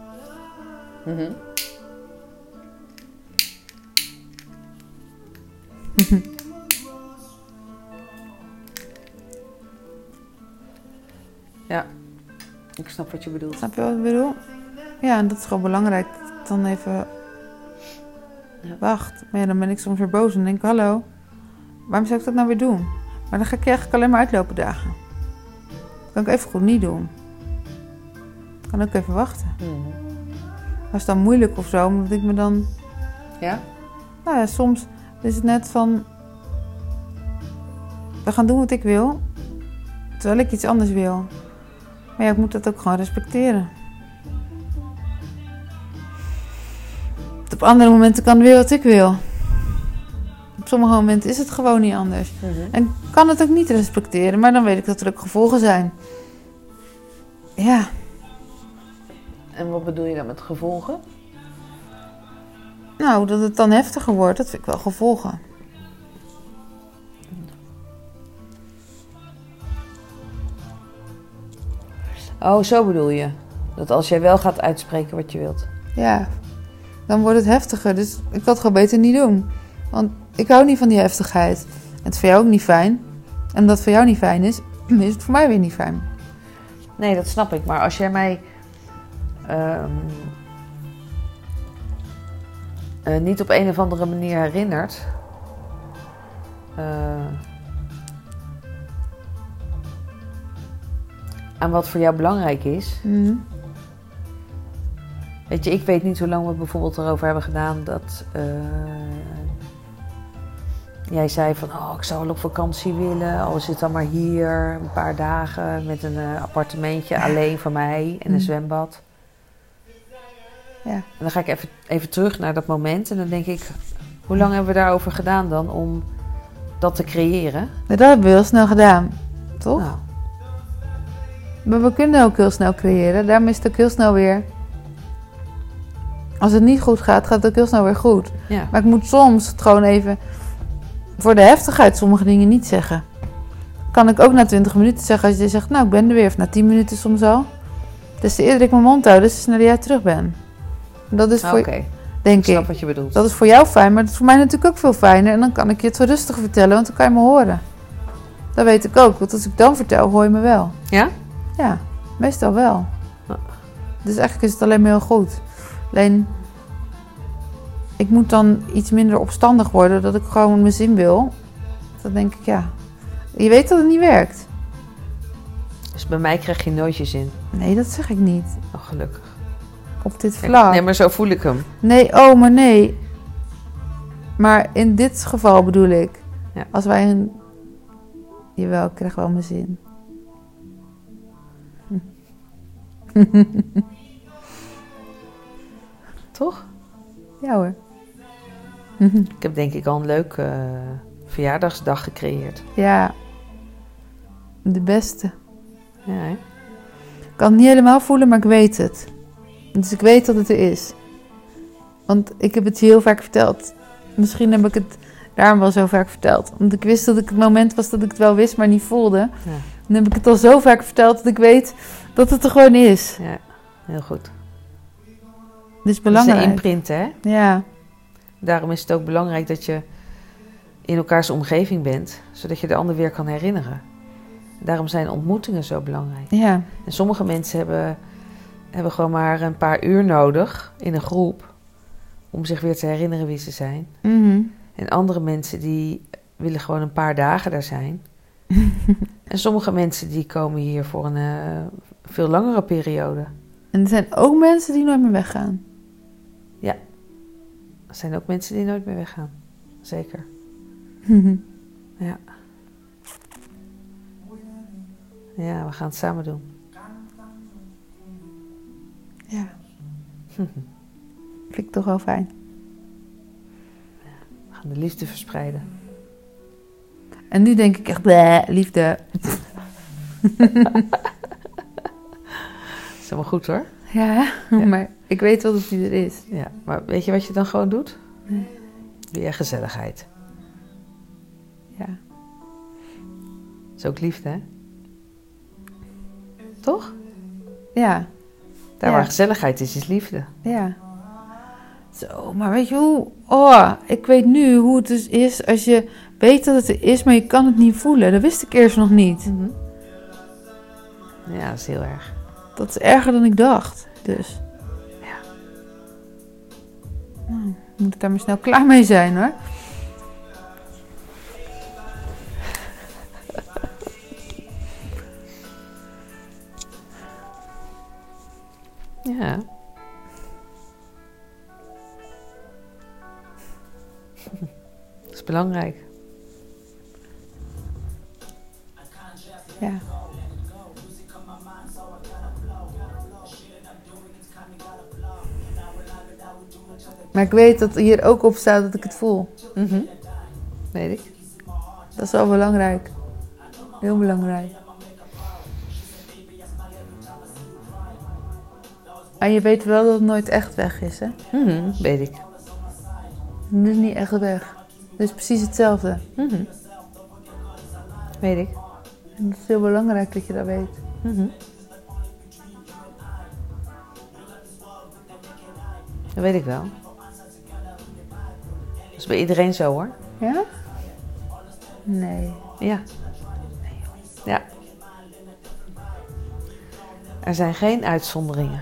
Ja, ik snap wat je bedoelt. snap je wat ik bedoel? Ja, en dat is gewoon belangrijk. Dat ik dan even wacht. Maar ja, dan ben ik soms weer boos en denk ik, hallo, waarom zou ik dat nou weer doen? Maar dan ga ik je eigenlijk alleen maar uitlopen dagen. Dat kan ik even goed niet doen. Ik kan ook even wachten. Dat is dan moeilijk of zo, omdat ik me dan... Ja? Nou ja, soms is het net van... We gaan doen wat ik wil, terwijl ik iets anders wil. Maar ja, ik moet dat ook gewoon respecteren. Op andere momenten kan het weer wat ik wil. Op sommige momenten is het gewoon niet anders. En ik kan het ook niet respecteren, maar dan weet ik dat er ook gevolgen zijn. Ja. En wat bedoel je dan met gevolgen? Nou, dat het dan heftiger wordt, dat vind ik wel gevolgen. Oh, zo bedoel je. Dat als jij wel gaat uitspreken wat je wilt. Ja, dan wordt het heftiger. Dus ik kan het gewoon beter niet doen. Want ik hou niet van die heftigheid. En het is voor jou ook niet fijn. En omdat het voor jou niet fijn is, is het voor mij weer niet fijn. Nee, dat snap ik. Maar als jij mij niet op een of andere manier herinnert... aan wat voor jou belangrijk is... Weet je, ik weet niet hoe lang we bijvoorbeeld erover hebben gedaan dat... jij zei van, oh, ik zou wel op vakantie willen. Al is het dan maar hier, een paar dagen met een appartementje alleen voor mij en een zwembad. Ja. En dan ga ik even terug naar dat moment en dan denk ik, hoe lang hebben we daarover gedaan dan om dat te creëren? Dat hebben we heel snel gedaan, toch? Nou. Maar we kunnen ook heel snel creëren. Daarom is het ook heel snel weer... Als het niet goed gaat, gaat het ook heel snel weer goed. Ja. Maar ik moet soms het gewoon even... Voor de heftigheid sommige dingen niet zeggen. Kan ik ook na 20 minuten zeggen als je zegt... Nou, ik ben er weer. Of na 10 minuten soms al. Dus de eerder ik mijn mond houd, dus de sneller jij terug bent. Dat is voor... Denk ik snap ik. wat je bedoelt. Dat is voor jou fijn, maar dat is voor mij natuurlijk ook veel fijner. En dan kan ik je het zo rustig vertellen, want dan kan je me horen. Dat weet ik ook, want als ik dan vertel, hoor je me wel. Ja? Ja, meestal wel. Ja. Dus eigenlijk is het alleen maar heel goed. Alleen, ik moet dan iets minder opstandig worden, dat ik gewoon mijn zin wil. Dan denk ik, ja, je weet dat het niet werkt. Dus bij mij krijg je nooit je zin. Nee, dat zeg ik niet. Oh, gelukkig. Op dit vlak. Nee, maar zo voel ik hem. Nee, oh, maar nee. Maar in dit geval bedoel ik. Ja. Als wij een... Jawel, ik krijg wel mijn zin. Toch? Ja hoor. Ik heb denk ik al een leuke verjaardagsdag gecreëerd. Ja. De beste. Ja, hè? Ik kan het niet helemaal voelen, maar ik weet het. Dus ik weet dat het er is. Want ik heb het je heel vaak verteld. Misschien heb ik het daarom wel zo vaak verteld. Want ik wist dat ik het moment was dat ik het wel wist, maar niet voelde. Ja. Dan heb ik het al zo vaak verteld dat ik weet dat het er gewoon is. Ja, heel goed. Dus belangrijk. Dat is een imprint, hè? Ja. Daarom is het ook belangrijk dat je in elkaars omgeving bent, zodat je de ander weer kan herinneren. Daarom zijn ontmoetingen zo belangrijk. Ja. En sommige mensen hebben gewoon maar een paar uur nodig in een groep om zich weer te herinneren wie ze zijn. Mhm. En andere mensen die willen gewoon een paar dagen daar zijn. En sommige mensen die komen hier voor een veel langere periode. En er zijn ook mensen die nooit meer weggaan. Er zijn ook mensen die nooit meer weggaan. Zeker. Ja. Ja, we gaan het samen doen. Ja. Vind ik toch wel fijn. We gaan de liefde verspreiden. En nu denk ik echt, bleh, liefde. Dat is helemaal goed hoor. Ja, maar ik weet wel dat die er is. Ja, maar weet je wat je dan gewoon doet? Nee. Weer gezelligheid. Ja. Dat is ook liefde, hè? Toch? Ja. Daar Ja. waar gezelligheid is liefde. Ja. Zo, maar weet je hoe... Oh, ik weet nu hoe het dus is als je weet dat het er is, maar je kan het niet voelen. Dat wist ik eerst nog niet. Ja, dat is heel erg. Dat is erger dan ik dacht. Dus. Ja. Nou, moet ik daar maar snel klaar mee zijn, hoor. Ja. Dat is belangrijk. Ja. Maar ik weet dat hier ook op staat dat ik het voel. Weet ik. Dat is wel belangrijk. Heel belangrijk. En je weet wel dat het nooit echt weg is, hè? Weet ik. Het is niet echt weg. Het is precies hetzelfde. Weet ik. En het is heel belangrijk dat je dat weet. Dat weet ik wel. Dat is bij iedereen zo hoor. Ja? Nee. Ja. Ja. Er zijn geen uitzonderingen.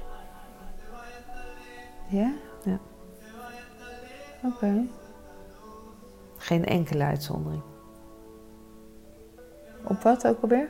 Ja? Ja. Oké. Geen enkele uitzondering. Op wat ook alweer?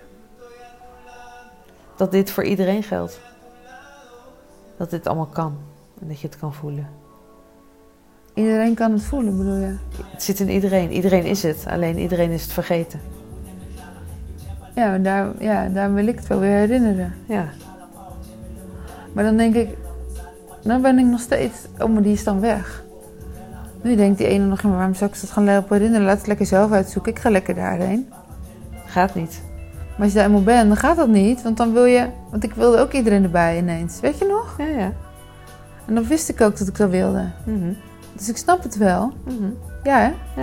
Dat dit voor iedereen geldt. Dat dit allemaal kan. En dat je het kan voelen. Iedereen kan het voelen, bedoel je? Het zit in iedereen. Iedereen is het. Alleen iedereen is het vergeten. Ja, maar daar wil ik het wel weer herinneren. Ja. Maar dan denk ik... Dan ben ik nog steeds... Oh, maar die is dan weg. Nu denkt die ene nog... Maar waarom zou ik dat gaan lopen herinneren? Laat het lekker zelf uitzoeken. Ik ga lekker daarheen. Gaat niet. Maar als je daar eenmaal bent, dan gaat dat niet. Want dan wil je... Want ik wilde ook iedereen erbij ineens. Weet je nog? Ja, ja. En dan wist ik ook dat ik dat wilde. Dus ik snap het wel. Ja, hè? Ja.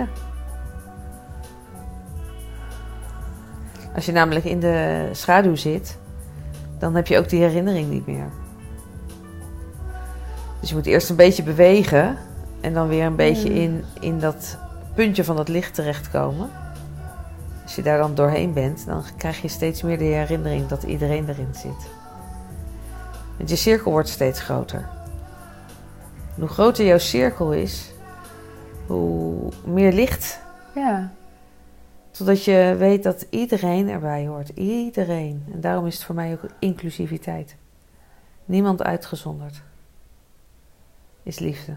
Als je namelijk in de schaduw zit, dan heb je ook die herinnering niet meer. Dus je moet eerst een beetje bewegen en dan weer een beetje in dat puntje van dat licht terechtkomen. Als je daar dan doorheen bent, dan krijg je steeds meer de herinnering dat iedereen erin zit. Want je cirkel wordt steeds groter. En hoe groter jouw cirkel is, hoe meer licht. Ja. Totdat je weet dat iedereen erbij hoort. Iedereen. En daarom is het voor mij ook inclusiviteit. Niemand uitgezonderd. Is liefde.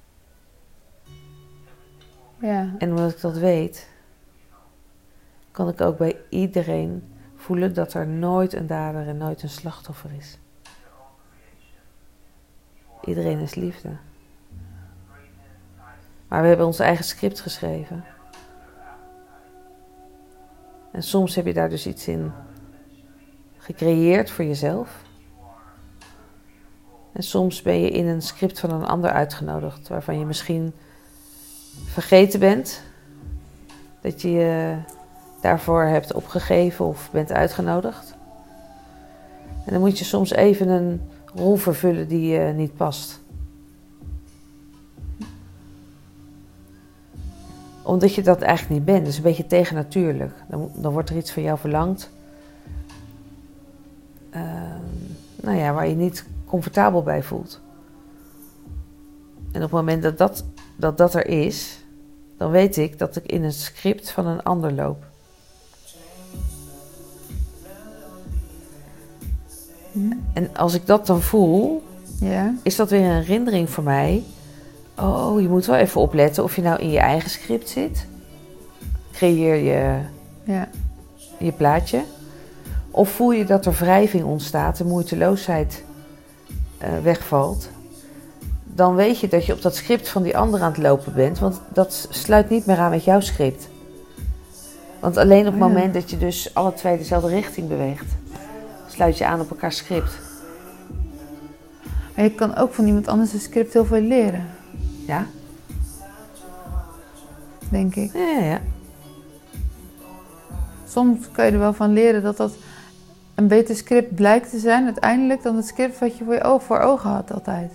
Ja. En omdat ik dat weet, kan ik ook bij iedereen voelen dat er nooit een dader en nooit een slachtoffer is. Iedereen is liefde. Maar we hebben ons eigen script geschreven. En soms heb je daar dus iets in gecreëerd voor jezelf. En soms ben je in een script van een ander uitgenodigd, waarvan je misschien vergeten bent dat je je daarvoor hebt opgegeven of bent uitgenodigd. En dan moet je soms even een rol vervullen die je niet past. Omdat je dat eigenlijk niet bent. Dus een beetje tegennatuurlijk. Dan wordt er iets van jou verlangd. Waar je niet comfortabel bij voelt. En op het moment dat er is, dan weet ik dat ik in een script van een ander loop. En als ik dat dan voel, is dat weer een herinnering voor mij. Oh, je moet wel even opletten of je nou in je eigen script zit. Creëer je plaatje. Of voel je dat er wrijving ontstaat, de moeiteloosheid wegvalt. Dan weet je dat je op dat script van die ander aan het lopen bent. Want dat sluit niet meer aan met jouw script. Want alleen op het moment dat je dus alle twee dezelfde richting beweegt, sluit je aan op elkaars script. Maar je kan ook van iemand anders een script heel veel leren. Ja? Denk ik. Ja. Soms kan je er wel van leren dat een beter script blijkt te zijn uiteindelijk dan het script wat je voor ogen had altijd.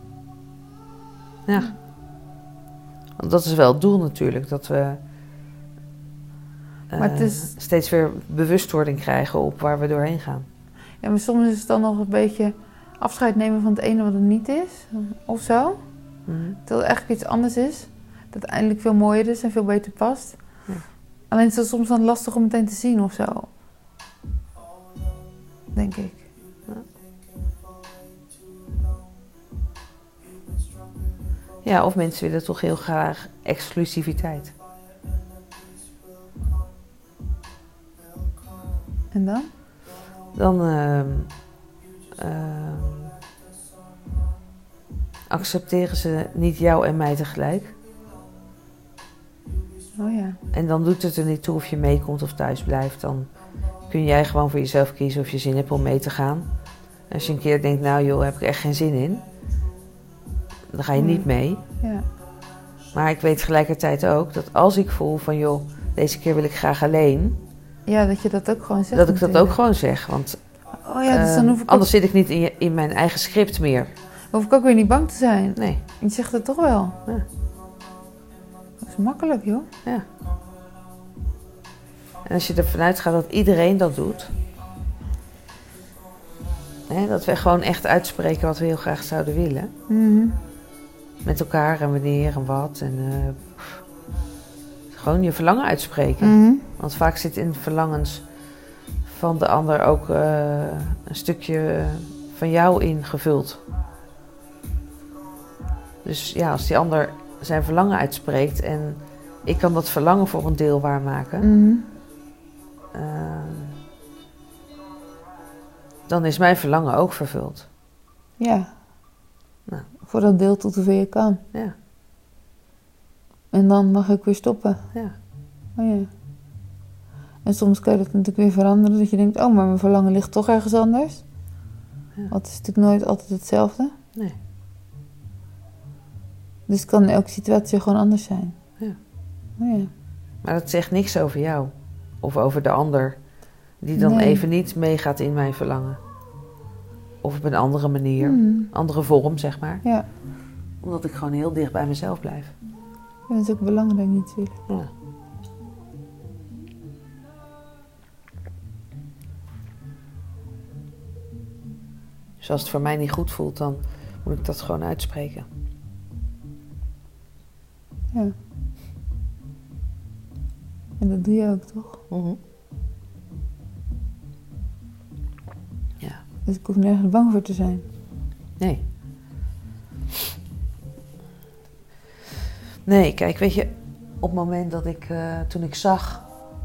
Ja. Want dat is wel het doel natuurlijk, dat we steeds weer bewustwording krijgen op waar we doorheen gaan. Ja, maar soms is het dan nog een beetje afscheid nemen van het ene wat het niet is, of zo. Dat het eigenlijk iets anders is, dat uiteindelijk veel mooier is en veel beter past. Ja. Alleen is het soms dan lastig om meteen te zien of zo. Denk ik. Ja, of mensen willen toch heel graag exclusiviteit. En dan? Dan accepteren ze niet jou en mij tegelijk. Oh ja. En dan doet het er niet toe of je meekomt of thuis blijft. Dan kun jij gewoon voor jezelf kiezen of je zin hebt om mee te gaan. Als je een keer denkt, nou joh, heb ik echt geen zin in. Dan ga je niet mee. Ja. Maar ik weet tegelijkertijd ook dat als ik voel van joh, deze keer wil ik graag alleen. Ja, dat je dat ook gewoon zegt. Dat ik dat ook gewoon zeg. Want dus dan hoef ik anders zit ik niet in mijn eigen script meer. Hoef ik ook weer niet bang te zijn. Nee. Je zegt het toch wel. Ja. Dat is makkelijk, joh. Ja. En als je ervan uitgaat dat iedereen dat doet. Hè, dat we gewoon echt uitspreken wat we heel graag zouden willen. Mm-hmm. Met elkaar en wanneer en wat. En gewoon je verlangen uitspreken. Mm-hmm. Want vaak zit in verlangens van de ander ook een stukje van jou ingevuld. Dus ja, als die ander zijn verlangen uitspreekt en ik kan dat verlangen voor een deel waarmaken, dan is mijn verlangen ook vervuld. Ja. Nou. Voor dat deel tot hoeveel je kan. Ja. En dan mag ik weer stoppen. Ja. Oh ja. En soms kan je dat natuurlijk weer veranderen. Dat je denkt, oh, maar mijn verlangen ligt toch ergens anders. Ja. Want het is natuurlijk nooit altijd hetzelfde. Nee. Dus het kan in elke situatie gewoon anders zijn. Ja. Oh ja. Maar dat zegt niks over jou. Of over de ander. Die dan even niet meegaat in mijn verlangen. Of op een andere manier. Andere vorm, zeg maar. Ja. Omdat ik gewoon heel dicht bij mezelf blijf. Ja, dat is ook belangrijk natuurlijk. Ja. Dus als het voor mij niet goed voelt, dan moet ik dat gewoon uitspreken. Ja. En dat doe je ook, toch? Mm-hmm. Ja. Dus ik hoef nergens bang voor te zijn. Nee. Nee, kijk, weet je, op het moment dat ik, toen ik zag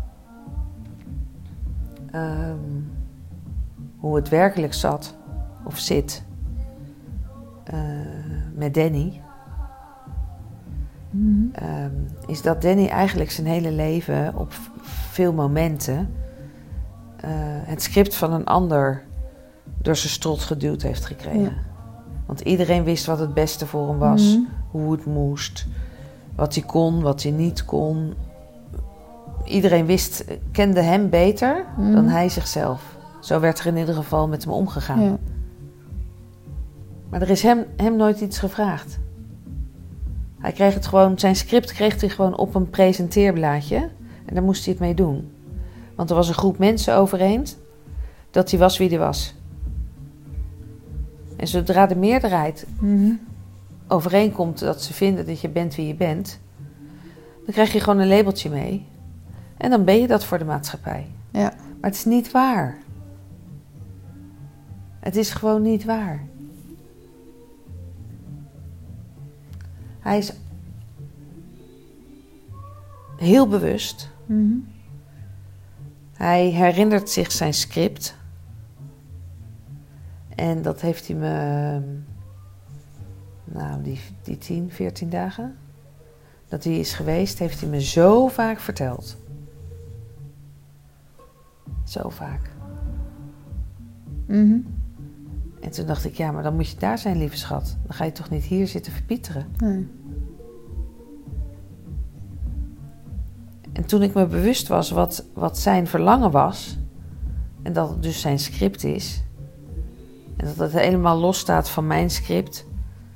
hoe het werkelijk zat, of zit, met Danny, is dat Danny eigenlijk zijn hele leven op veel momenten het script van een ander door zijn strot geduwd heeft gekregen. Ja. Want iedereen wist wat het beste voor hem was, hoe het moest, wat hij kon, wat hij niet kon. Iedereen kende hem beter dan hij zichzelf. Zo werd er in ieder geval met hem omgegaan. Ja. Maar er is hem nooit iets gevraagd. Hij kreeg het gewoon, zijn script kreeg hij gewoon op een presenteerblaadje. En daar moest hij het mee doen. Want er was een groep mensen overeen dat hij was wie hij was. En zodra de meerderheid overeenkomt dat ze vinden dat je bent wie je bent, dan krijg je gewoon een labeltje mee. En dan ben je dat voor de maatschappij. Ja. Maar het is niet waar. Het is gewoon niet waar. Hij is heel bewust. Hij herinnert zich zijn script. En dat heeft hij me, die 10, 14 dagen dat hij is geweest, heeft hij me zo vaak verteld. Zo vaak. En toen dacht ik, ja, maar dan moet je daar zijn, lieve schat. Dan ga je toch niet hier zitten verpieteren. Nee. En toen ik me bewust was wat zijn verlangen was, en dat het dus zijn script is, en dat het helemaal los staat van mijn script,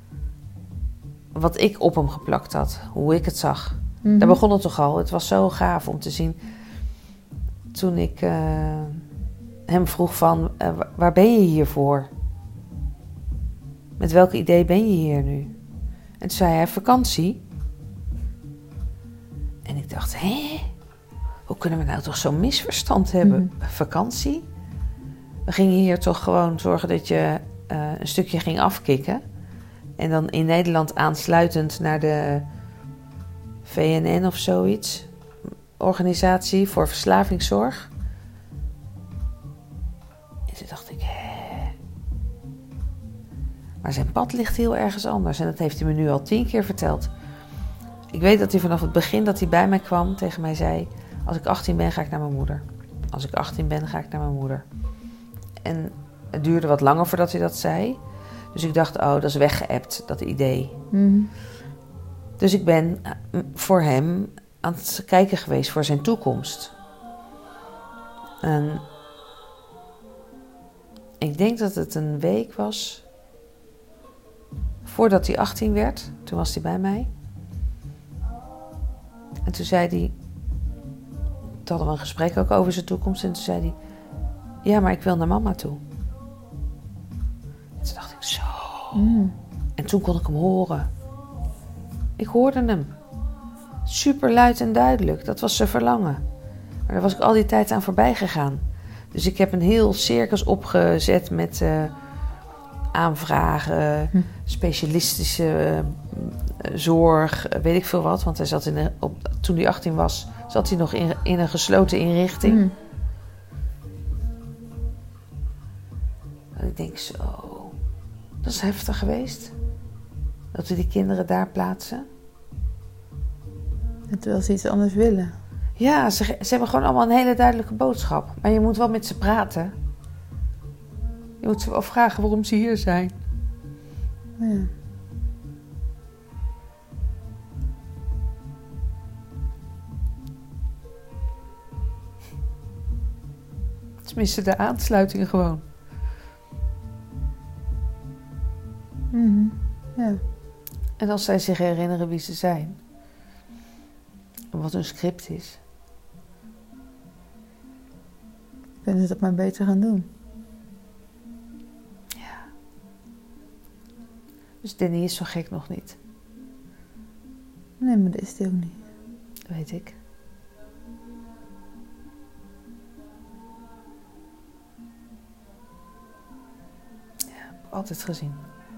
wat ik op hem geplakt had, hoe ik het zag. Daar begon het toch al. Het was zo gaaf om te zien. Toen ik hem vroeg van, waar ben je hier voor? Met welk idee ben je hier nu? En toen zei hij, vakantie. En ik dacht, hoe kunnen we nou toch zo'n misverstand hebben? Vakantie? We gingen hier toch gewoon zorgen dat je een stukje ging afkicken. En dan in Nederland aansluitend naar de VNN of zoiets. Organisatie voor Verslavingszorg. En toen dacht ik, Maar zijn pad ligt heel ergens anders. En dat heeft hij me nu al 10 keer verteld. Ik weet dat hij vanaf het begin dat hij bij mij kwam tegen mij zei, als ik 18 ben, ga ik naar mijn moeder. Als ik 18 ben, ga ik naar mijn moeder. En het duurde wat langer voordat hij dat zei. Dus ik dacht, dat is weggeëpt, dat idee. Dus ik ben voor hem aan het kijken geweest voor zijn toekomst. En ik denk dat het een week was voordat hij 18 werd. Toen was hij bij mij. En toen zei hij, toen hadden we een gesprek ook over zijn toekomst. En toen zei hij, ja, maar ik wil naar mama toe. En toen dacht ik, zo. En toen kon ik hem horen. Ik hoorde hem. Super luid en duidelijk. Dat was zijn verlangen. Maar daar was ik al die tijd aan voorbij gegaan. Dus ik heb een heel circus opgezet met aanvragen, specialistische zorg, weet ik veel wat. Want hij zat toen hij 18 was, zat hij nog in een gesloten inrichting. En ik denk zo, dat is heftig geweest. Dat we die kinderen daar plaatsen. En terwijl ze iets anders willen. Ja, ze hebben gewoon allemaal een hele duidelijke boodschap. Maar je moet wel met ze praten. Je moet ze wel vragen waarom ze hier zijn. Ja. Ze missen de aansluiting gewoon. Ja. En als zij zich herinneren wie ze zijn. En wat hun script is. Kunnen ze dat maar beter gaan doen. Ja. Dus Danny is zo gek nog niet. Nee, maar dat is die ook niet. Dat weet ik. Ja, heb ik altijd gezien.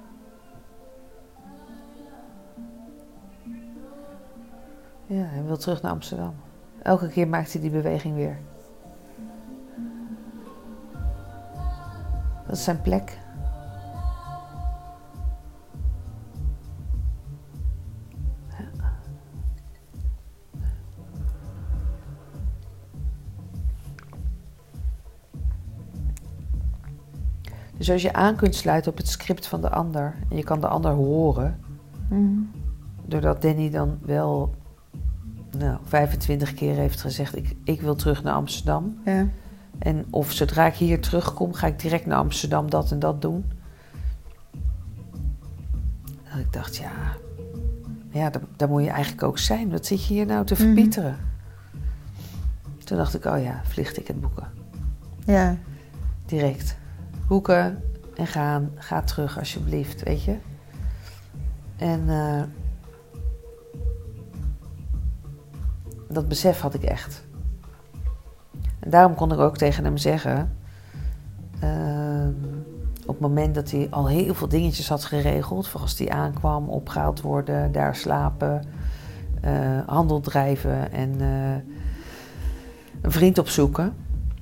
Ja, hij wil terug naar Amsterdam. Elke keer maakt hij die beweging weer. Dat is zijn plek. Ja. Dus als je aan kunt sluiten op het script van de ander en je kan de ander horen, doordat Danny dan wel 25 keer heeft gezegd, ik wil terug naar Amsterdam. Ja. En of zodra ik hier terugkom, ga ik direct naar Amsterdam dat en dat doen. Dat ik dacht, ja, Ja, daar moet je eigenlijk ook zijn. Wat zit je hier nou te verpieteren? Toen dacht ik, oh ja, vliegticket boeken. Ja. Direct. Boeken en gaan. Ga terug alsjeblieft, weet je. En dat besef had ik echt. En daarom kon ik ook tegen hem zeggen... op het moment dat hij al heel veel dingetjes had geregeld... voor als hij aankwam, opgehaald worden, daar slapen... handel drijven en een vriend opzoeken...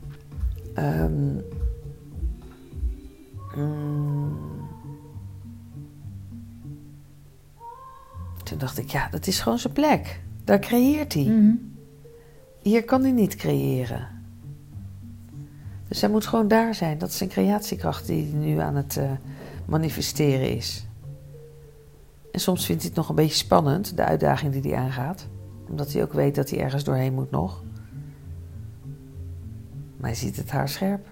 Toen dacht ik, ja, dat is gewoon zijn plek. Daar creëert hij. Hier kan hij niet creëren. Dus hij moet gewoon daar zijn. Dat is zijn creatiekracht die hij nu aan het manifesteren is. En soms vindt hij het nog een beetje spannend, de uitdaging die hij aangaat. Omdat hij ook weet dat hij ergens doorheen moet nog. Maar hij ziet het haarscherp.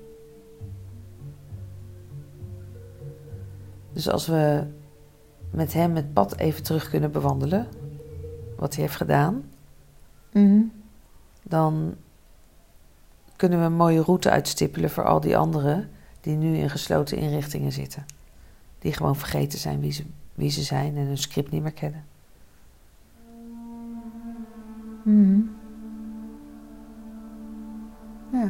Dus als we met hem het pad even terug kunnen bewandelen, wat hij heeft gedaan, dan kunnen we een mooie route uitstippelen voor al die anderen die nu in gesloten inrichtingen zitten. Die gewoon vergeten zijn wie ze zijn en hun script niet meer kennen. Ja.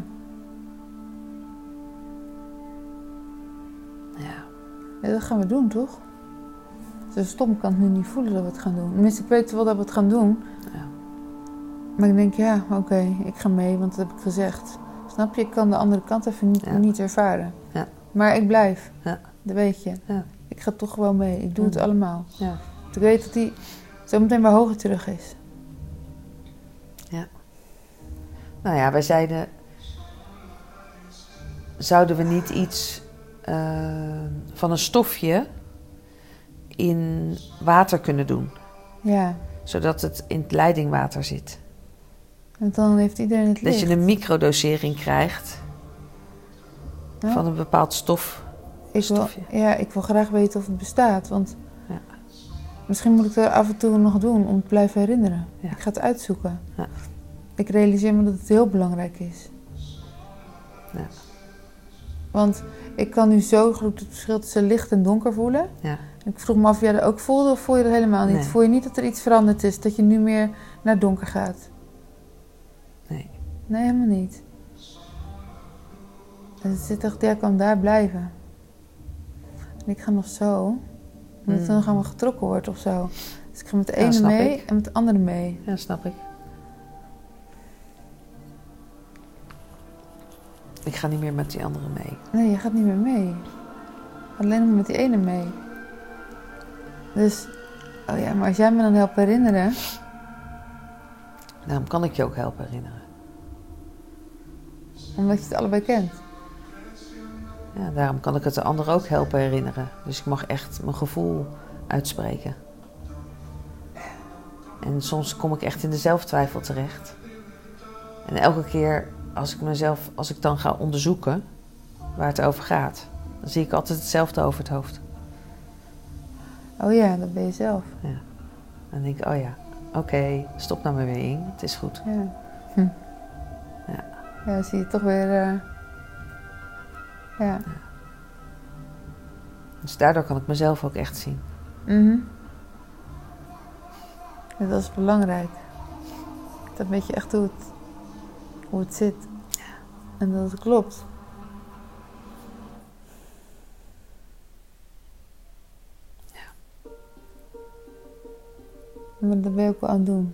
Ja, dat gaan we doen, toch? Zo stom kan het nu niet voelen dat we het gaan doen. Tenminste, ik weet wel dat we het gaan doen. Ja. Maar ik denk, ja, oké, ik ga mee, want dat heb ik gezegd. Snap je? Ik kan de andere kant even niet ervaren. Ja. Maar ik blijf. Ja. Dat weet je. Ja. Ik ga toch gewoon mee. Ik doe het allemaal. Ja. Want ik weet dat hij zo meteen bij hoger terug is. Ja. Nou ja, wij zeiden... Zouden we niet iets van een stofje in water kunnen doen? Ja. Zodat het in het leidingwater zit. En dan heeft iedereen het licht. Dat je een microdosering krijgt Ja. van een bepaald stofje. Ik wil graag weten of het bestaat. Want ja. misschien moet ik het af en toe nog doen om te blijven herinneren. Ja. Ik ga het uitzoeken. Ja. Ik realiseer me dat het heel belangrijk is. Ja. Want ik kan nu zo goed het verschil tussen licht en donker voelen. Ja. Ik vroeg me of jij dat ook voelde of voel je dat helemaal niet? Nee. Voel je niet dat er iets veranderd is? Dat je nu meer naar donker gaat? Nee. Nee, helemaal niet. En het zit echt, jij kan daar blijven. En ik ga nog zo. Omdat het dan nog allemaal getrokken wordt of zo. Dus ik ga met de ene mee en met de andere mee. Ja, snap ik. Ik ga niet meer met die andere mee. Nee, je gaat niet meer mee. Alleen maar met die ene mee. Dus, oh ja, maar als jij me dan helpt herinneren... Daarom kan ik je ook helpen herinneren. Omdat je het allebei kent. Ja, daarom kan ik het de ander ook helpen herinneren. Dus ik mag echt mijn gevoel uitspreken. En soms kom ik echt in de zelftwijfel terecht. En elke keer als ik dan ga onderzoeken waar het over gaat, dan zie ik altijd hetzelfde over het hoofd. Oh ja, dat ben je zelf. Ja. Dan denk ik, oh ja, oké, stop nou maar weer in, het is goed. Ja. Ja. Ja, zie je toch weer... Ja. Dus daardoor kan ik mezelf ook echt zien. Ja, dat is belangrijk. Dat weet je echt hoe het zit. En dat het klopt. Ja. Maar dat ben je ook wel aan het doen.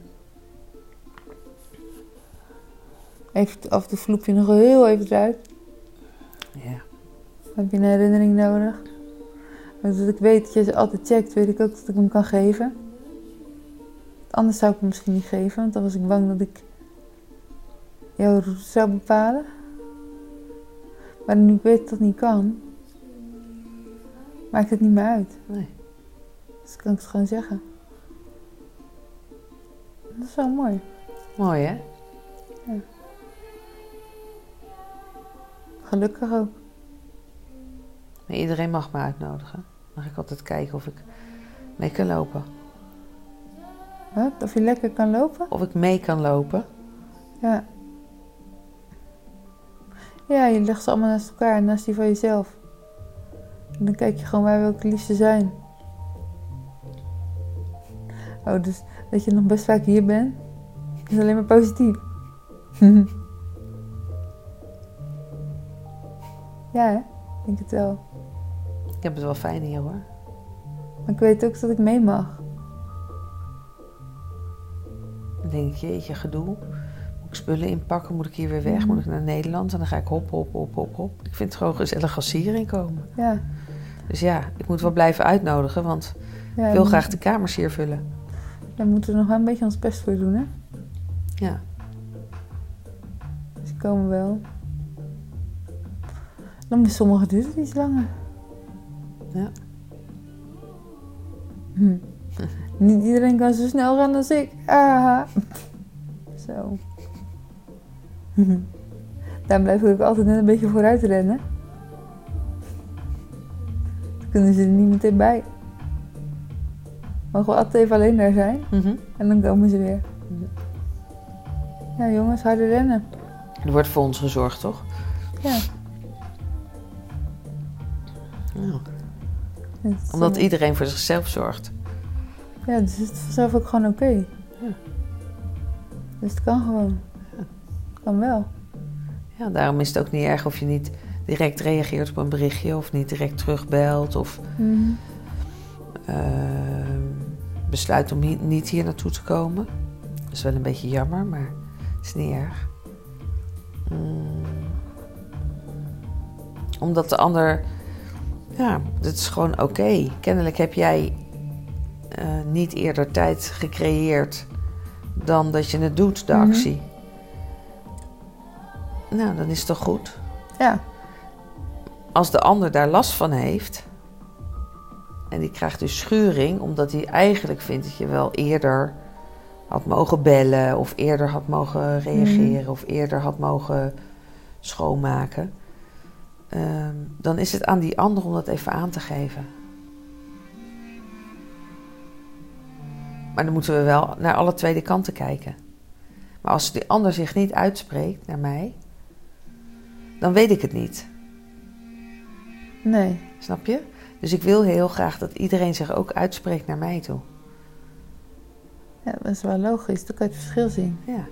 Even af en toe vloep je nog heel even eruit. Ja. Heb je een herinnering nodig? Want dat ik weet dat je ze altijd checkt, weet ik ook dat ik hem kan geven. Anders zou ik hem misschien niet geven, want dan was ik bang dat ik jouw route zou bepalen. Maar nu ik weet dat dat niet kan, maakt het niet meer uit. Nee. Dus kan ik het gewoon zeggen. Dat is wel mooi. Mooi, hè? Ja. Gelukkig ook. Maar iedereen mag me uitnodigen. Mag ik altijd kijken of ik mee kan lopen. Wat? Of je lekker kan lopen? Of ik mee kan lopen. Ja. Ja, je legt ze allemaal naast elkaar en naast die van jezelf. En dan kijk je gewoon waar welke liefste zijn. Oh, dus dat je nog best vaak hier bent, is alleen maar positief. Ja, hè? Ik denk het wel. Ik heb het wel fijn hier hoor. Maar ik weet ook dat ik mee mag. Dan denk ik, jeetje, gedoe. Moet ik spullen inpakken? Moet ik hier weer weg? Moet ik naar Nederland? En dan ga ik hop. Ik vind het gewoon gezellig als ze hierin komen. Ja. Dus ja, ik moet wel blijven uitnodigen, want Ja, ik wil graag de kamers hier vullen. Daar moeten we nog wel een beetje ons best voor doen, hè? Ja. Dus die komen wel. Dan bij sommigen duurt het iets langer. Ja. Niet iedereen kan zo snel gaan als ik. Ah. Zo. Daar blijf ik ook altijd net een beetje vooruit rennen. Dan kunnen ze er niet meteen bij. Mogen we altijd even alleen daar zijn. En dan komen ze weer. Ja jongens, harder rennen. Er wordt voor ons gezorgd, toch? Ja. Ja. Omdat iedereen voor zichzelf zorgt. Ja, dus het is vanzelf ook gewoon oké. Ja. Dus het kan gewoon. Ja. Het kan wel. Ja, daarom is het ook niet erg of je niet direct reageert op een berichtje of niet direct terugbelt of besluit om niet hier naartoe te komen. Dat is wel een beetje jammer, maar het is niet erg. Omdat de ander, ja, het is gewoon oké. Kennelijk heb jij niet eerder tijd gecreëerd dan dat je het doet, de actie. Nou, dan is het toch goed. Ja. Als de ander daar last van heeft en die krijgt dus schuring omdat hij eigenlijk vindt dat je wel eerder had mogen bellen of eerder had mogen reageren of eerder had mogen schoonmaken, dan is het aan die ander om dat even aan te geven. Maar dan moeten we wel naar alle twee de kanten kijken. Maar als die ander zich niet uitspreekt naar mij, dan weet ik het niet. Nee. Snap je? Dus ik wil heel graag dat iedereen zich ook uitspreekt naar mij toe. Ja, dat is wel logisch. Dan kan je het verschil zien. Ja.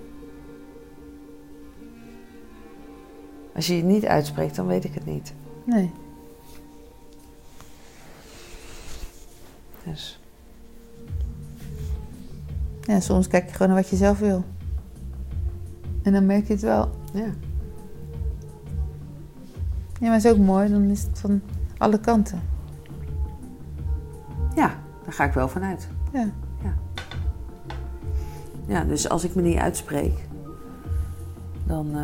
Als je je niet uitspreekt, dan weet ik het niet. Nee. Dus. Ja, soms kijk je gewoon naar wat je zelf wil. En dan merk je het wel. Ja. Ja, maar het is ook mooi. Dan is het van alle kanten. Ja, daar ga ik wel vanuit. Ja. Ja, dus als ik me niet uitspreek, dan...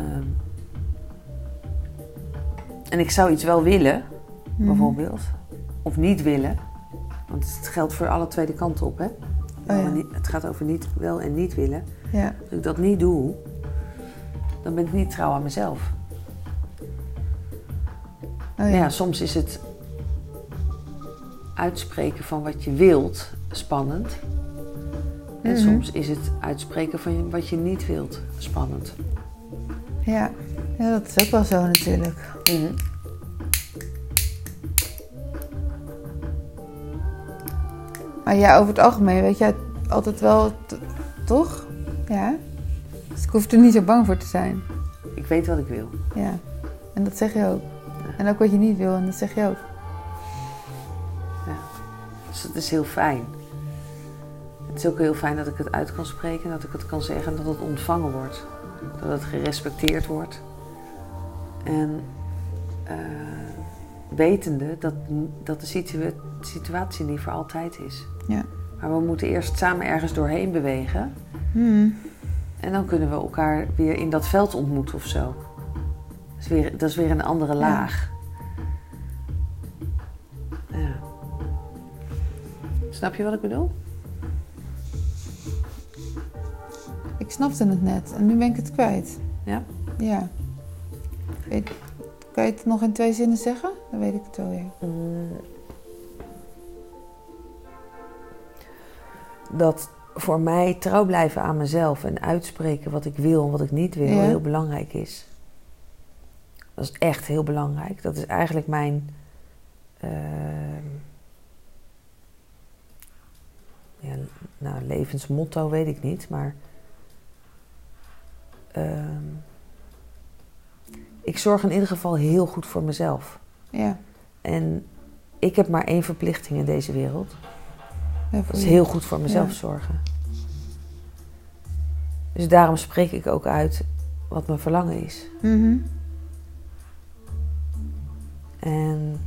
En ik zou iets wel willen, bijvoorbeeld. Of niet willen. Want het geldt voor alle twee de kanten op, hè. Het gaat over niet wel en niet willen. Ja. Als ik dat niet doe, dan ben ik niet trouw aan mezelf. Ja, soms is het uitspreken van wat je wilt spannend. En soms is het uitspreken van wat je niet wilt spannend. Ja, dat is ook wel zo natuurlijk. Maar ja, over het algemeen weet jij altijd wel, toch? Ja. Dus ik hoef er niet zo bang voor te zijn. Ik weet wat ik wil. Ja, en dat zeg je ook. Ja. En ook wat je niet wil, en dat zeg je ook. Ja, dus dat is heel fijn. Het is ook heel fijn dat ik het uit kan spreken, dat ik het kan zeggen en dat het ontvangen wordt. Dat het gerespecteerd wordt. En wetende dat de situatie niet voor altijd is. Ja. Maar we moeten eerst samen ergens doorheen bewegen. En dan kunnen we elkaar weer in dat veld ontmoeten of zo. Dat is weer een andere laag. Ja. Snap je wat ik bedoel? Ik snapte het net en nu ben ik het kwijt. Ja? Ja. Kan je het nog in 2 zinnen zeggen? Dan weet ik het wel, ja. Dat voor mij trouw blijven aan mezelf en uitspreken wat ik wil en wat ik niet wil heel belangrijk is. Dat is echt heel belangrijk. Dat is eigenlijk mijn levensmotto, weet ik niet, maar ik zorg in ieder geval heel goed voor mezelf. Ja. En ik heb maar 1 verplichting in deze wereld. Ja, dat is heel goed voor mezelf zorgen. Dus daarom spreek ik ook uit wat mijn verlangen is. Mm-hmm. En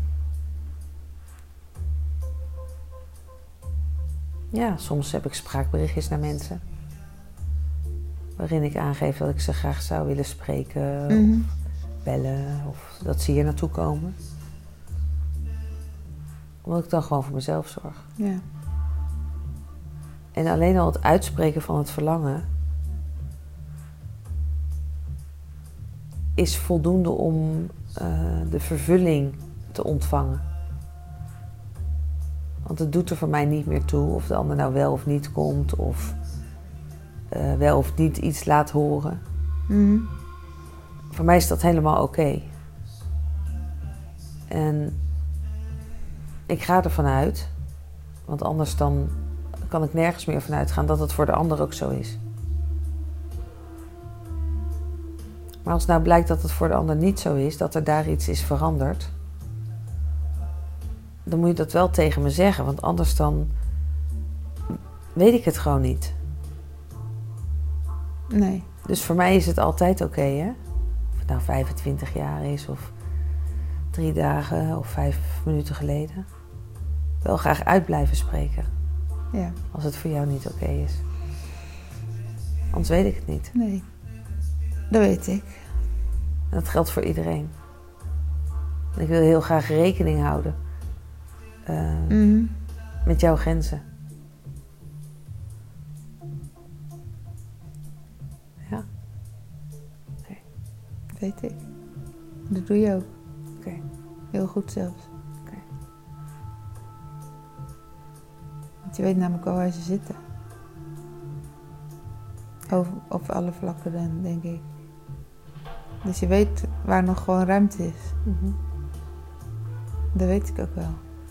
ja, soms heb ik spraakberichtjes naar mensen. Waarin ik aangeef dat ik ze graag zou willen spreken. Mm-hmm. Of bellen. Of dat ze hier naartoe komen. Omdat ik dan gewoon voor mezelf zorg. Ja. En alleen al het uitspreken van het verlangen is voldoende om de vervulling te ontvangen. Want het doet er voor mij niet meer toe of de ander nou wel of niet komt of wel of niet iets laat horen. Mm-hmm. Voor mij is dat helemaal oké. En ik ga ervan uit, want anders dan kan ik nergens meer van uitgaan dat het voor de ander ook zo is. Maar als nou blijkt dat het voor de ander niet zo is, dat er daar iets is veranderd, dan moet je dat wel tegen me zeggen, want anders dan weet ik het gewoon niet. Nee. Dus voor mij is het altijd oké, hè? Of het nou 25 jaar is of 3 dagen of 5 minuten geleden. Wel graag uit blijven spreken. Ja. Als het voor jou niet oké is. Anders weet ik het niet. Nee. Dat weet ik. En dat geldt voor iedereen. En ik wil heel graag rekening houden Mm-hmm. met jouw grenzen. Ja. Okay. Dat weet ik. Dat doe je ook. Oké. Heel goed zelfs. Oké. Want je weet namelijk al waar ze zitten. Op alle vlakken dan, denk ik. Dus je weet waar nog gewoon ruimte is. Mm-hmm. Dat weet ik ook wel.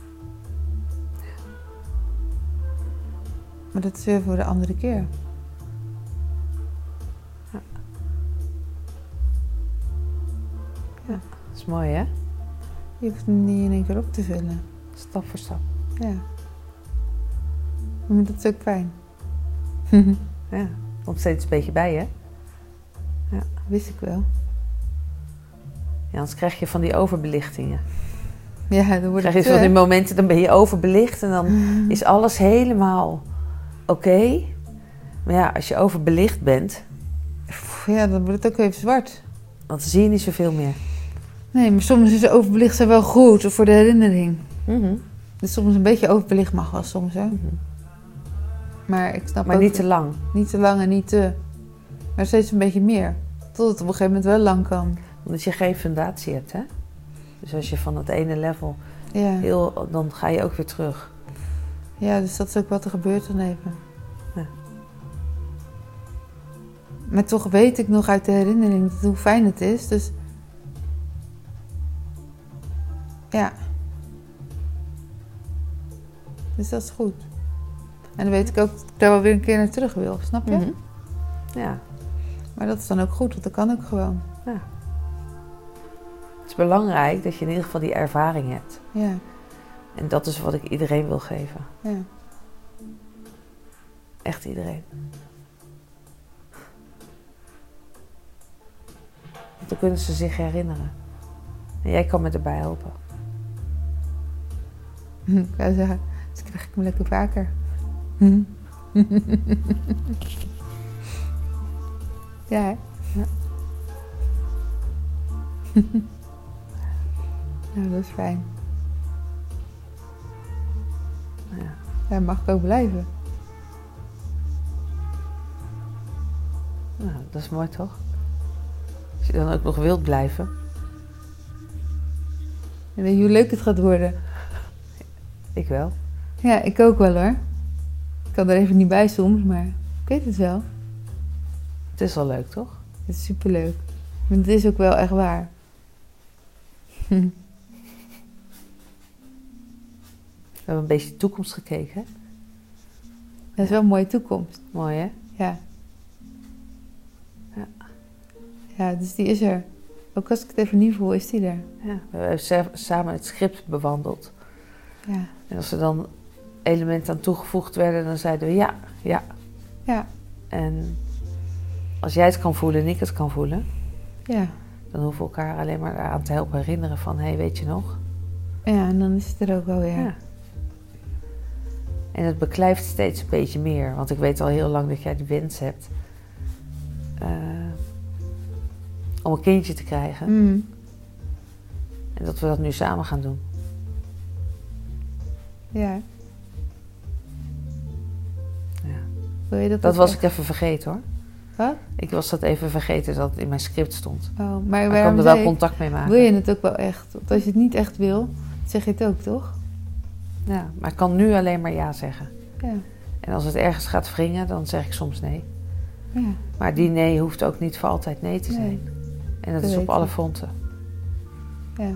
Maar dat is weer voor de andere keer. Ja. Ja, dat is mooi, hè? Je hoeft hem niet in één keer op te vullen. Stap voor stap. Ja. Maar dat is ook fijn. Ja, komt steeds een beetje bij, hè? Ja. Wist ik wel. Ja, anders krijg je van die overbelichtingen. Ja, dan wordt Krijg je van die momenten, dan ben je overbelicht en dan is alles helemaal oké. Maar ja, als je overbelicht bent, Ja, dan wordt het ook even zwart. dan zie je niet zoveel meer. Nee, maar soms is overbelicht zijn wel goed voor de herinnering. Mm-hmm. Dus soms een beetje overbelicht mag wel soms, hè. Mm-hmm. Maar ik snap Maar ook niet te lang. niet te lang en niet te... Maar steeds een beetje meer. Tot het op een gegeven moment wel lang kan. Omdat je geen fundatie hebt, hè? Dus als je van het ene level Ja. dan ga je ook weer terug. Ja, dus dat is ook wat er gebeurt dan even. Ja. Maar toch weet ik nog uit de herinnering hoe fijn het is. Dus ja. Dus dat is goed. En dan weet ik ook dat ik daar wel weer een keer naar terug wil. Snap je? Mm-hmm. Ja. Maar dat is dan ook goed, want dat kan ook gewoon. Ja. Het is belangrijk dat je in ieder geval die ervaring hebt. Ja. En dat is wat ik iedereen wil geven. Ja. Echt iedereen. Want dan kunnen ze zich herinneren. En jij kan me erbij helpen. Ik zou zeggen, dus krijg ik me lekker vaker. Ja, hè? Ja. Nou, dat is fijn. Ja. Ja, mag ik ook blijven. Nou, dat is mooi toch? Als je dan ook nog wilt blijven. En weet je hoe leuk het gaat worden? Ik wel. Ja, ik ook wel hoor. Ik kan er even niet bij soms, maar ik weet het wel. Het is wel leuk, toch? Het is superleuk. Maar het is ook wel echt waar. We hebben een beetje de toekomst gekeken, hè? Dat is wel een mooie toekomst. Mooi, hè? Ja. Ja. Ja, dus die is er. Ook als ik het even niet voel, is die er. Ja, we hebben samen het script bewandeld. Ja. En als er dan elementen aan toegevoegd werden, dan zeiden we ja. Ja. En als jij het kan voelen en ik het kan voelen, Ja. dan hoeven we elkaar alleen maar aan te helpen herinneren van, hé, weet je nog? Ja, en dan is het er ook wel weer. Ja. En het beklijft steeds een beetje meer. Want ik weet al heel lang dat jij die wens hebt om een kindje te krijgen. Mm. En dat we dat nu samen gaan doen. Ja. Ja. Wil je dat Dat ook was echt? ik even vergeten, hoor. Wat? Ik was dat even vergeten dat het in mijn script stond. Oh, maar Maar ik waarom kan er wel zei ik, contact mee maken. wil je het ook wel echt? Want als je het niet echt wil, zeg je het ook, toch? Ja, maar ik kan nu alleen maar ja zeggen. Ja. En als het ergens gaat wringen, dan zeg ik soms nee. Ja. Maar die nee hoeft ook niet voor altijd nee te zijn. Nee. En dat Dat is op weet alle ik. fronten. Ja.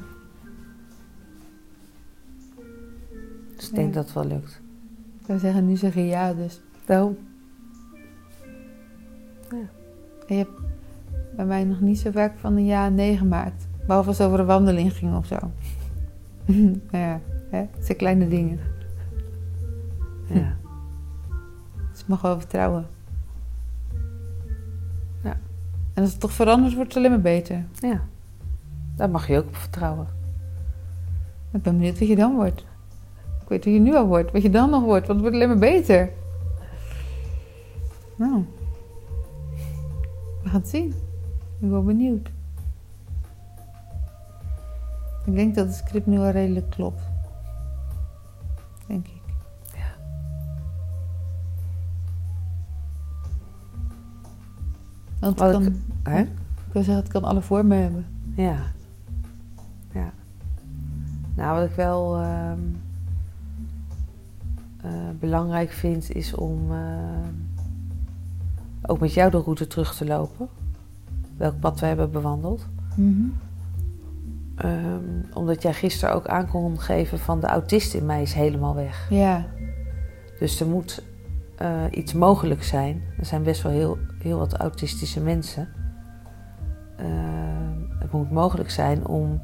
Dus ik denk Ja. dat het wel lukt. Ik zou zeggen, nu zeg je ja, dus. Daarom. En je hebt bij mij nog niet zo vaak van een ja en nee gemaakt. Behalve als het over een wandeling ging of zo. Nou ja, hè? Het zijn kleine dingen. Ja. Dus je mag wel vertrouwen. Ja. En als het toch verandert, wordt het alleen maar beter. Ja. Daar mag je ook op vertrouwen. Ik ben benieuwd wat je dan wordt. Ik weet hoe je nu al wordt. Wat je dan nog wordt. Want het wordt alleen maar beter. Nou. We gaan het zien. Ik ben wel benieuwd. Ik denk dat het script nu al redelijk klopt. Denk ik. Ja. Want Wat het kan, Hè? ik wil zeggen, het kan alle vormen hebben. Ja. Ja. Nou, wat ik wel belangrijk vind, is om ook met jou de route terug te lopen. Welk pad we hebben bewandeld. Omdat jij gisteren ook aan kon geven van de autist in mij is helemaal weg. Ja. Dus er moet iets mogelijk zijn. Er zijn best wel heel wat autistische mensen. Het moet mogelijk zijn om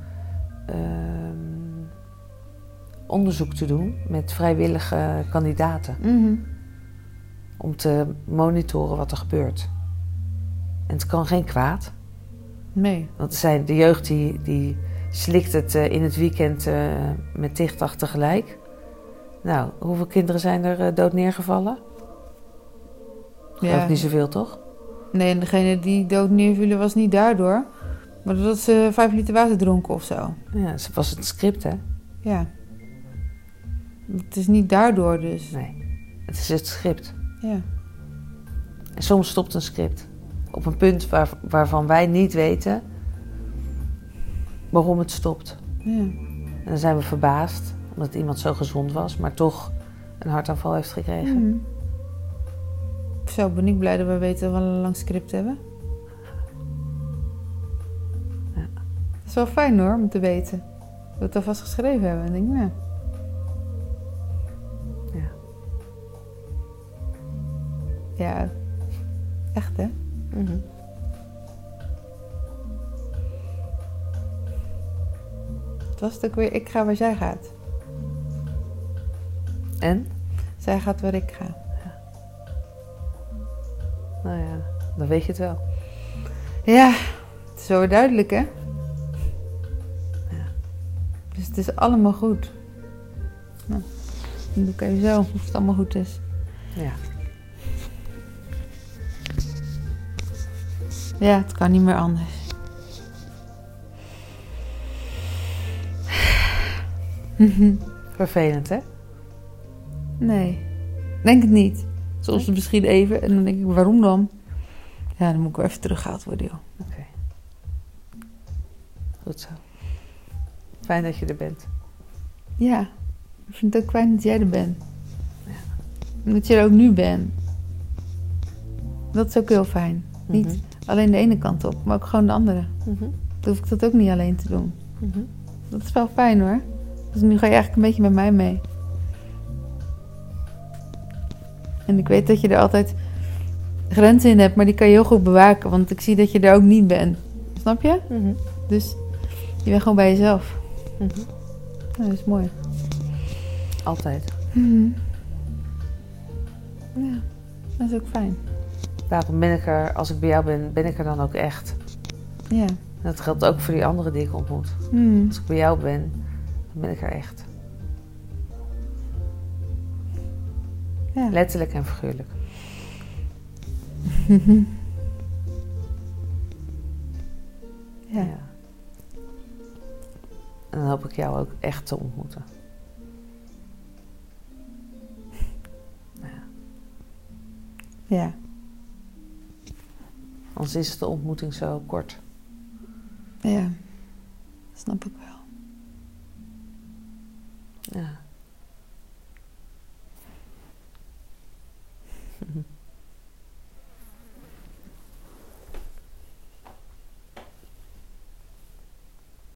onderzoek te doen met vrijwillige kandidaten. Om te monitoren wat er gebeurt. En het kan geen kwaad. Nee. Want er zijn de jeugd die slikt het in het weekend met 80 tegelijk. Nou, hoeveel kinderen zijn er dood neergevallen? Geloof niet zoveel, toch? Nee, en degene die dood neervielen was niet daardoor. Maar doordat ze 5 liter water dronken of zo. Ja, dat was het script, hè? Ja. Het is niet daardoor dus. Nee, het is het script. Ja. En soms stopt een script op een punt waarvan wij niet weten waarom het stopt. Ja. En dan zijn we verbaasd, omdat iemand zo gezond was, maar toch een hartaanval heeft gekregen. Zo ben ik blij dat we weten dat we een lang script hebben. Ja. Dat is wel fijn hoor, om te weten. Dat we het alvast geschreven hebben. En denk ik, nou. Ja. Ja. Echt hè? Het was het ook weer, ik ga waar zij gaat. En? Zij gaat waar ik ga. Nou ja, dan weet je het wel. Ja, het is wel weer duidelijk hè? Ja. Dus het is allemaal goed. Nou, dan doe ik even zo, of het allemaal goed is. Ja. Ja, het kan niet meer anders. Vervelend, hè? Nee, denk het niet. Soms misschien even en dan denk ik, waarom dan? Ja, dan moet ik wel even teruggehaald worden, joh. Oké. Goed zo. Fijn dat je er bent. Ja, ik vind het ook fijn dat jij er bent. Ja. Dat je er ook nu bent. Dat is ook heel fijn. Niet alleen de ene kant op, maar ook gewoon de andere. Dan hoef ik dat ook niet alleen te doen. Dat is wel fijn hoor. Dus nu ga je eigenlijk een beetje met mij mee. En ik weet dat je er altijd grenzen in hebt, maar die kan je heel goed bewaken. Want ik zie dat je er ook niet bent. Snap je? Dus je bent gewoon bij jezelf. Ja, dat is mooi. Altijd. Ja, dat is ook fijn. Daarom ben ik er, als ik bij jou ben ik er dan ook echt. Ja. En dat geldt ook voor die andere die ik ontmoet. Als ik bij jou ben, dan ben ik er echt. Ja. Letterlijk en figuurlijk. Ja. Ja. En dan hoop ik jou ook echt te ontmoeten. Ja. Anders is de ontmoeting zo kort. Ja. Snap ik wel. Ja.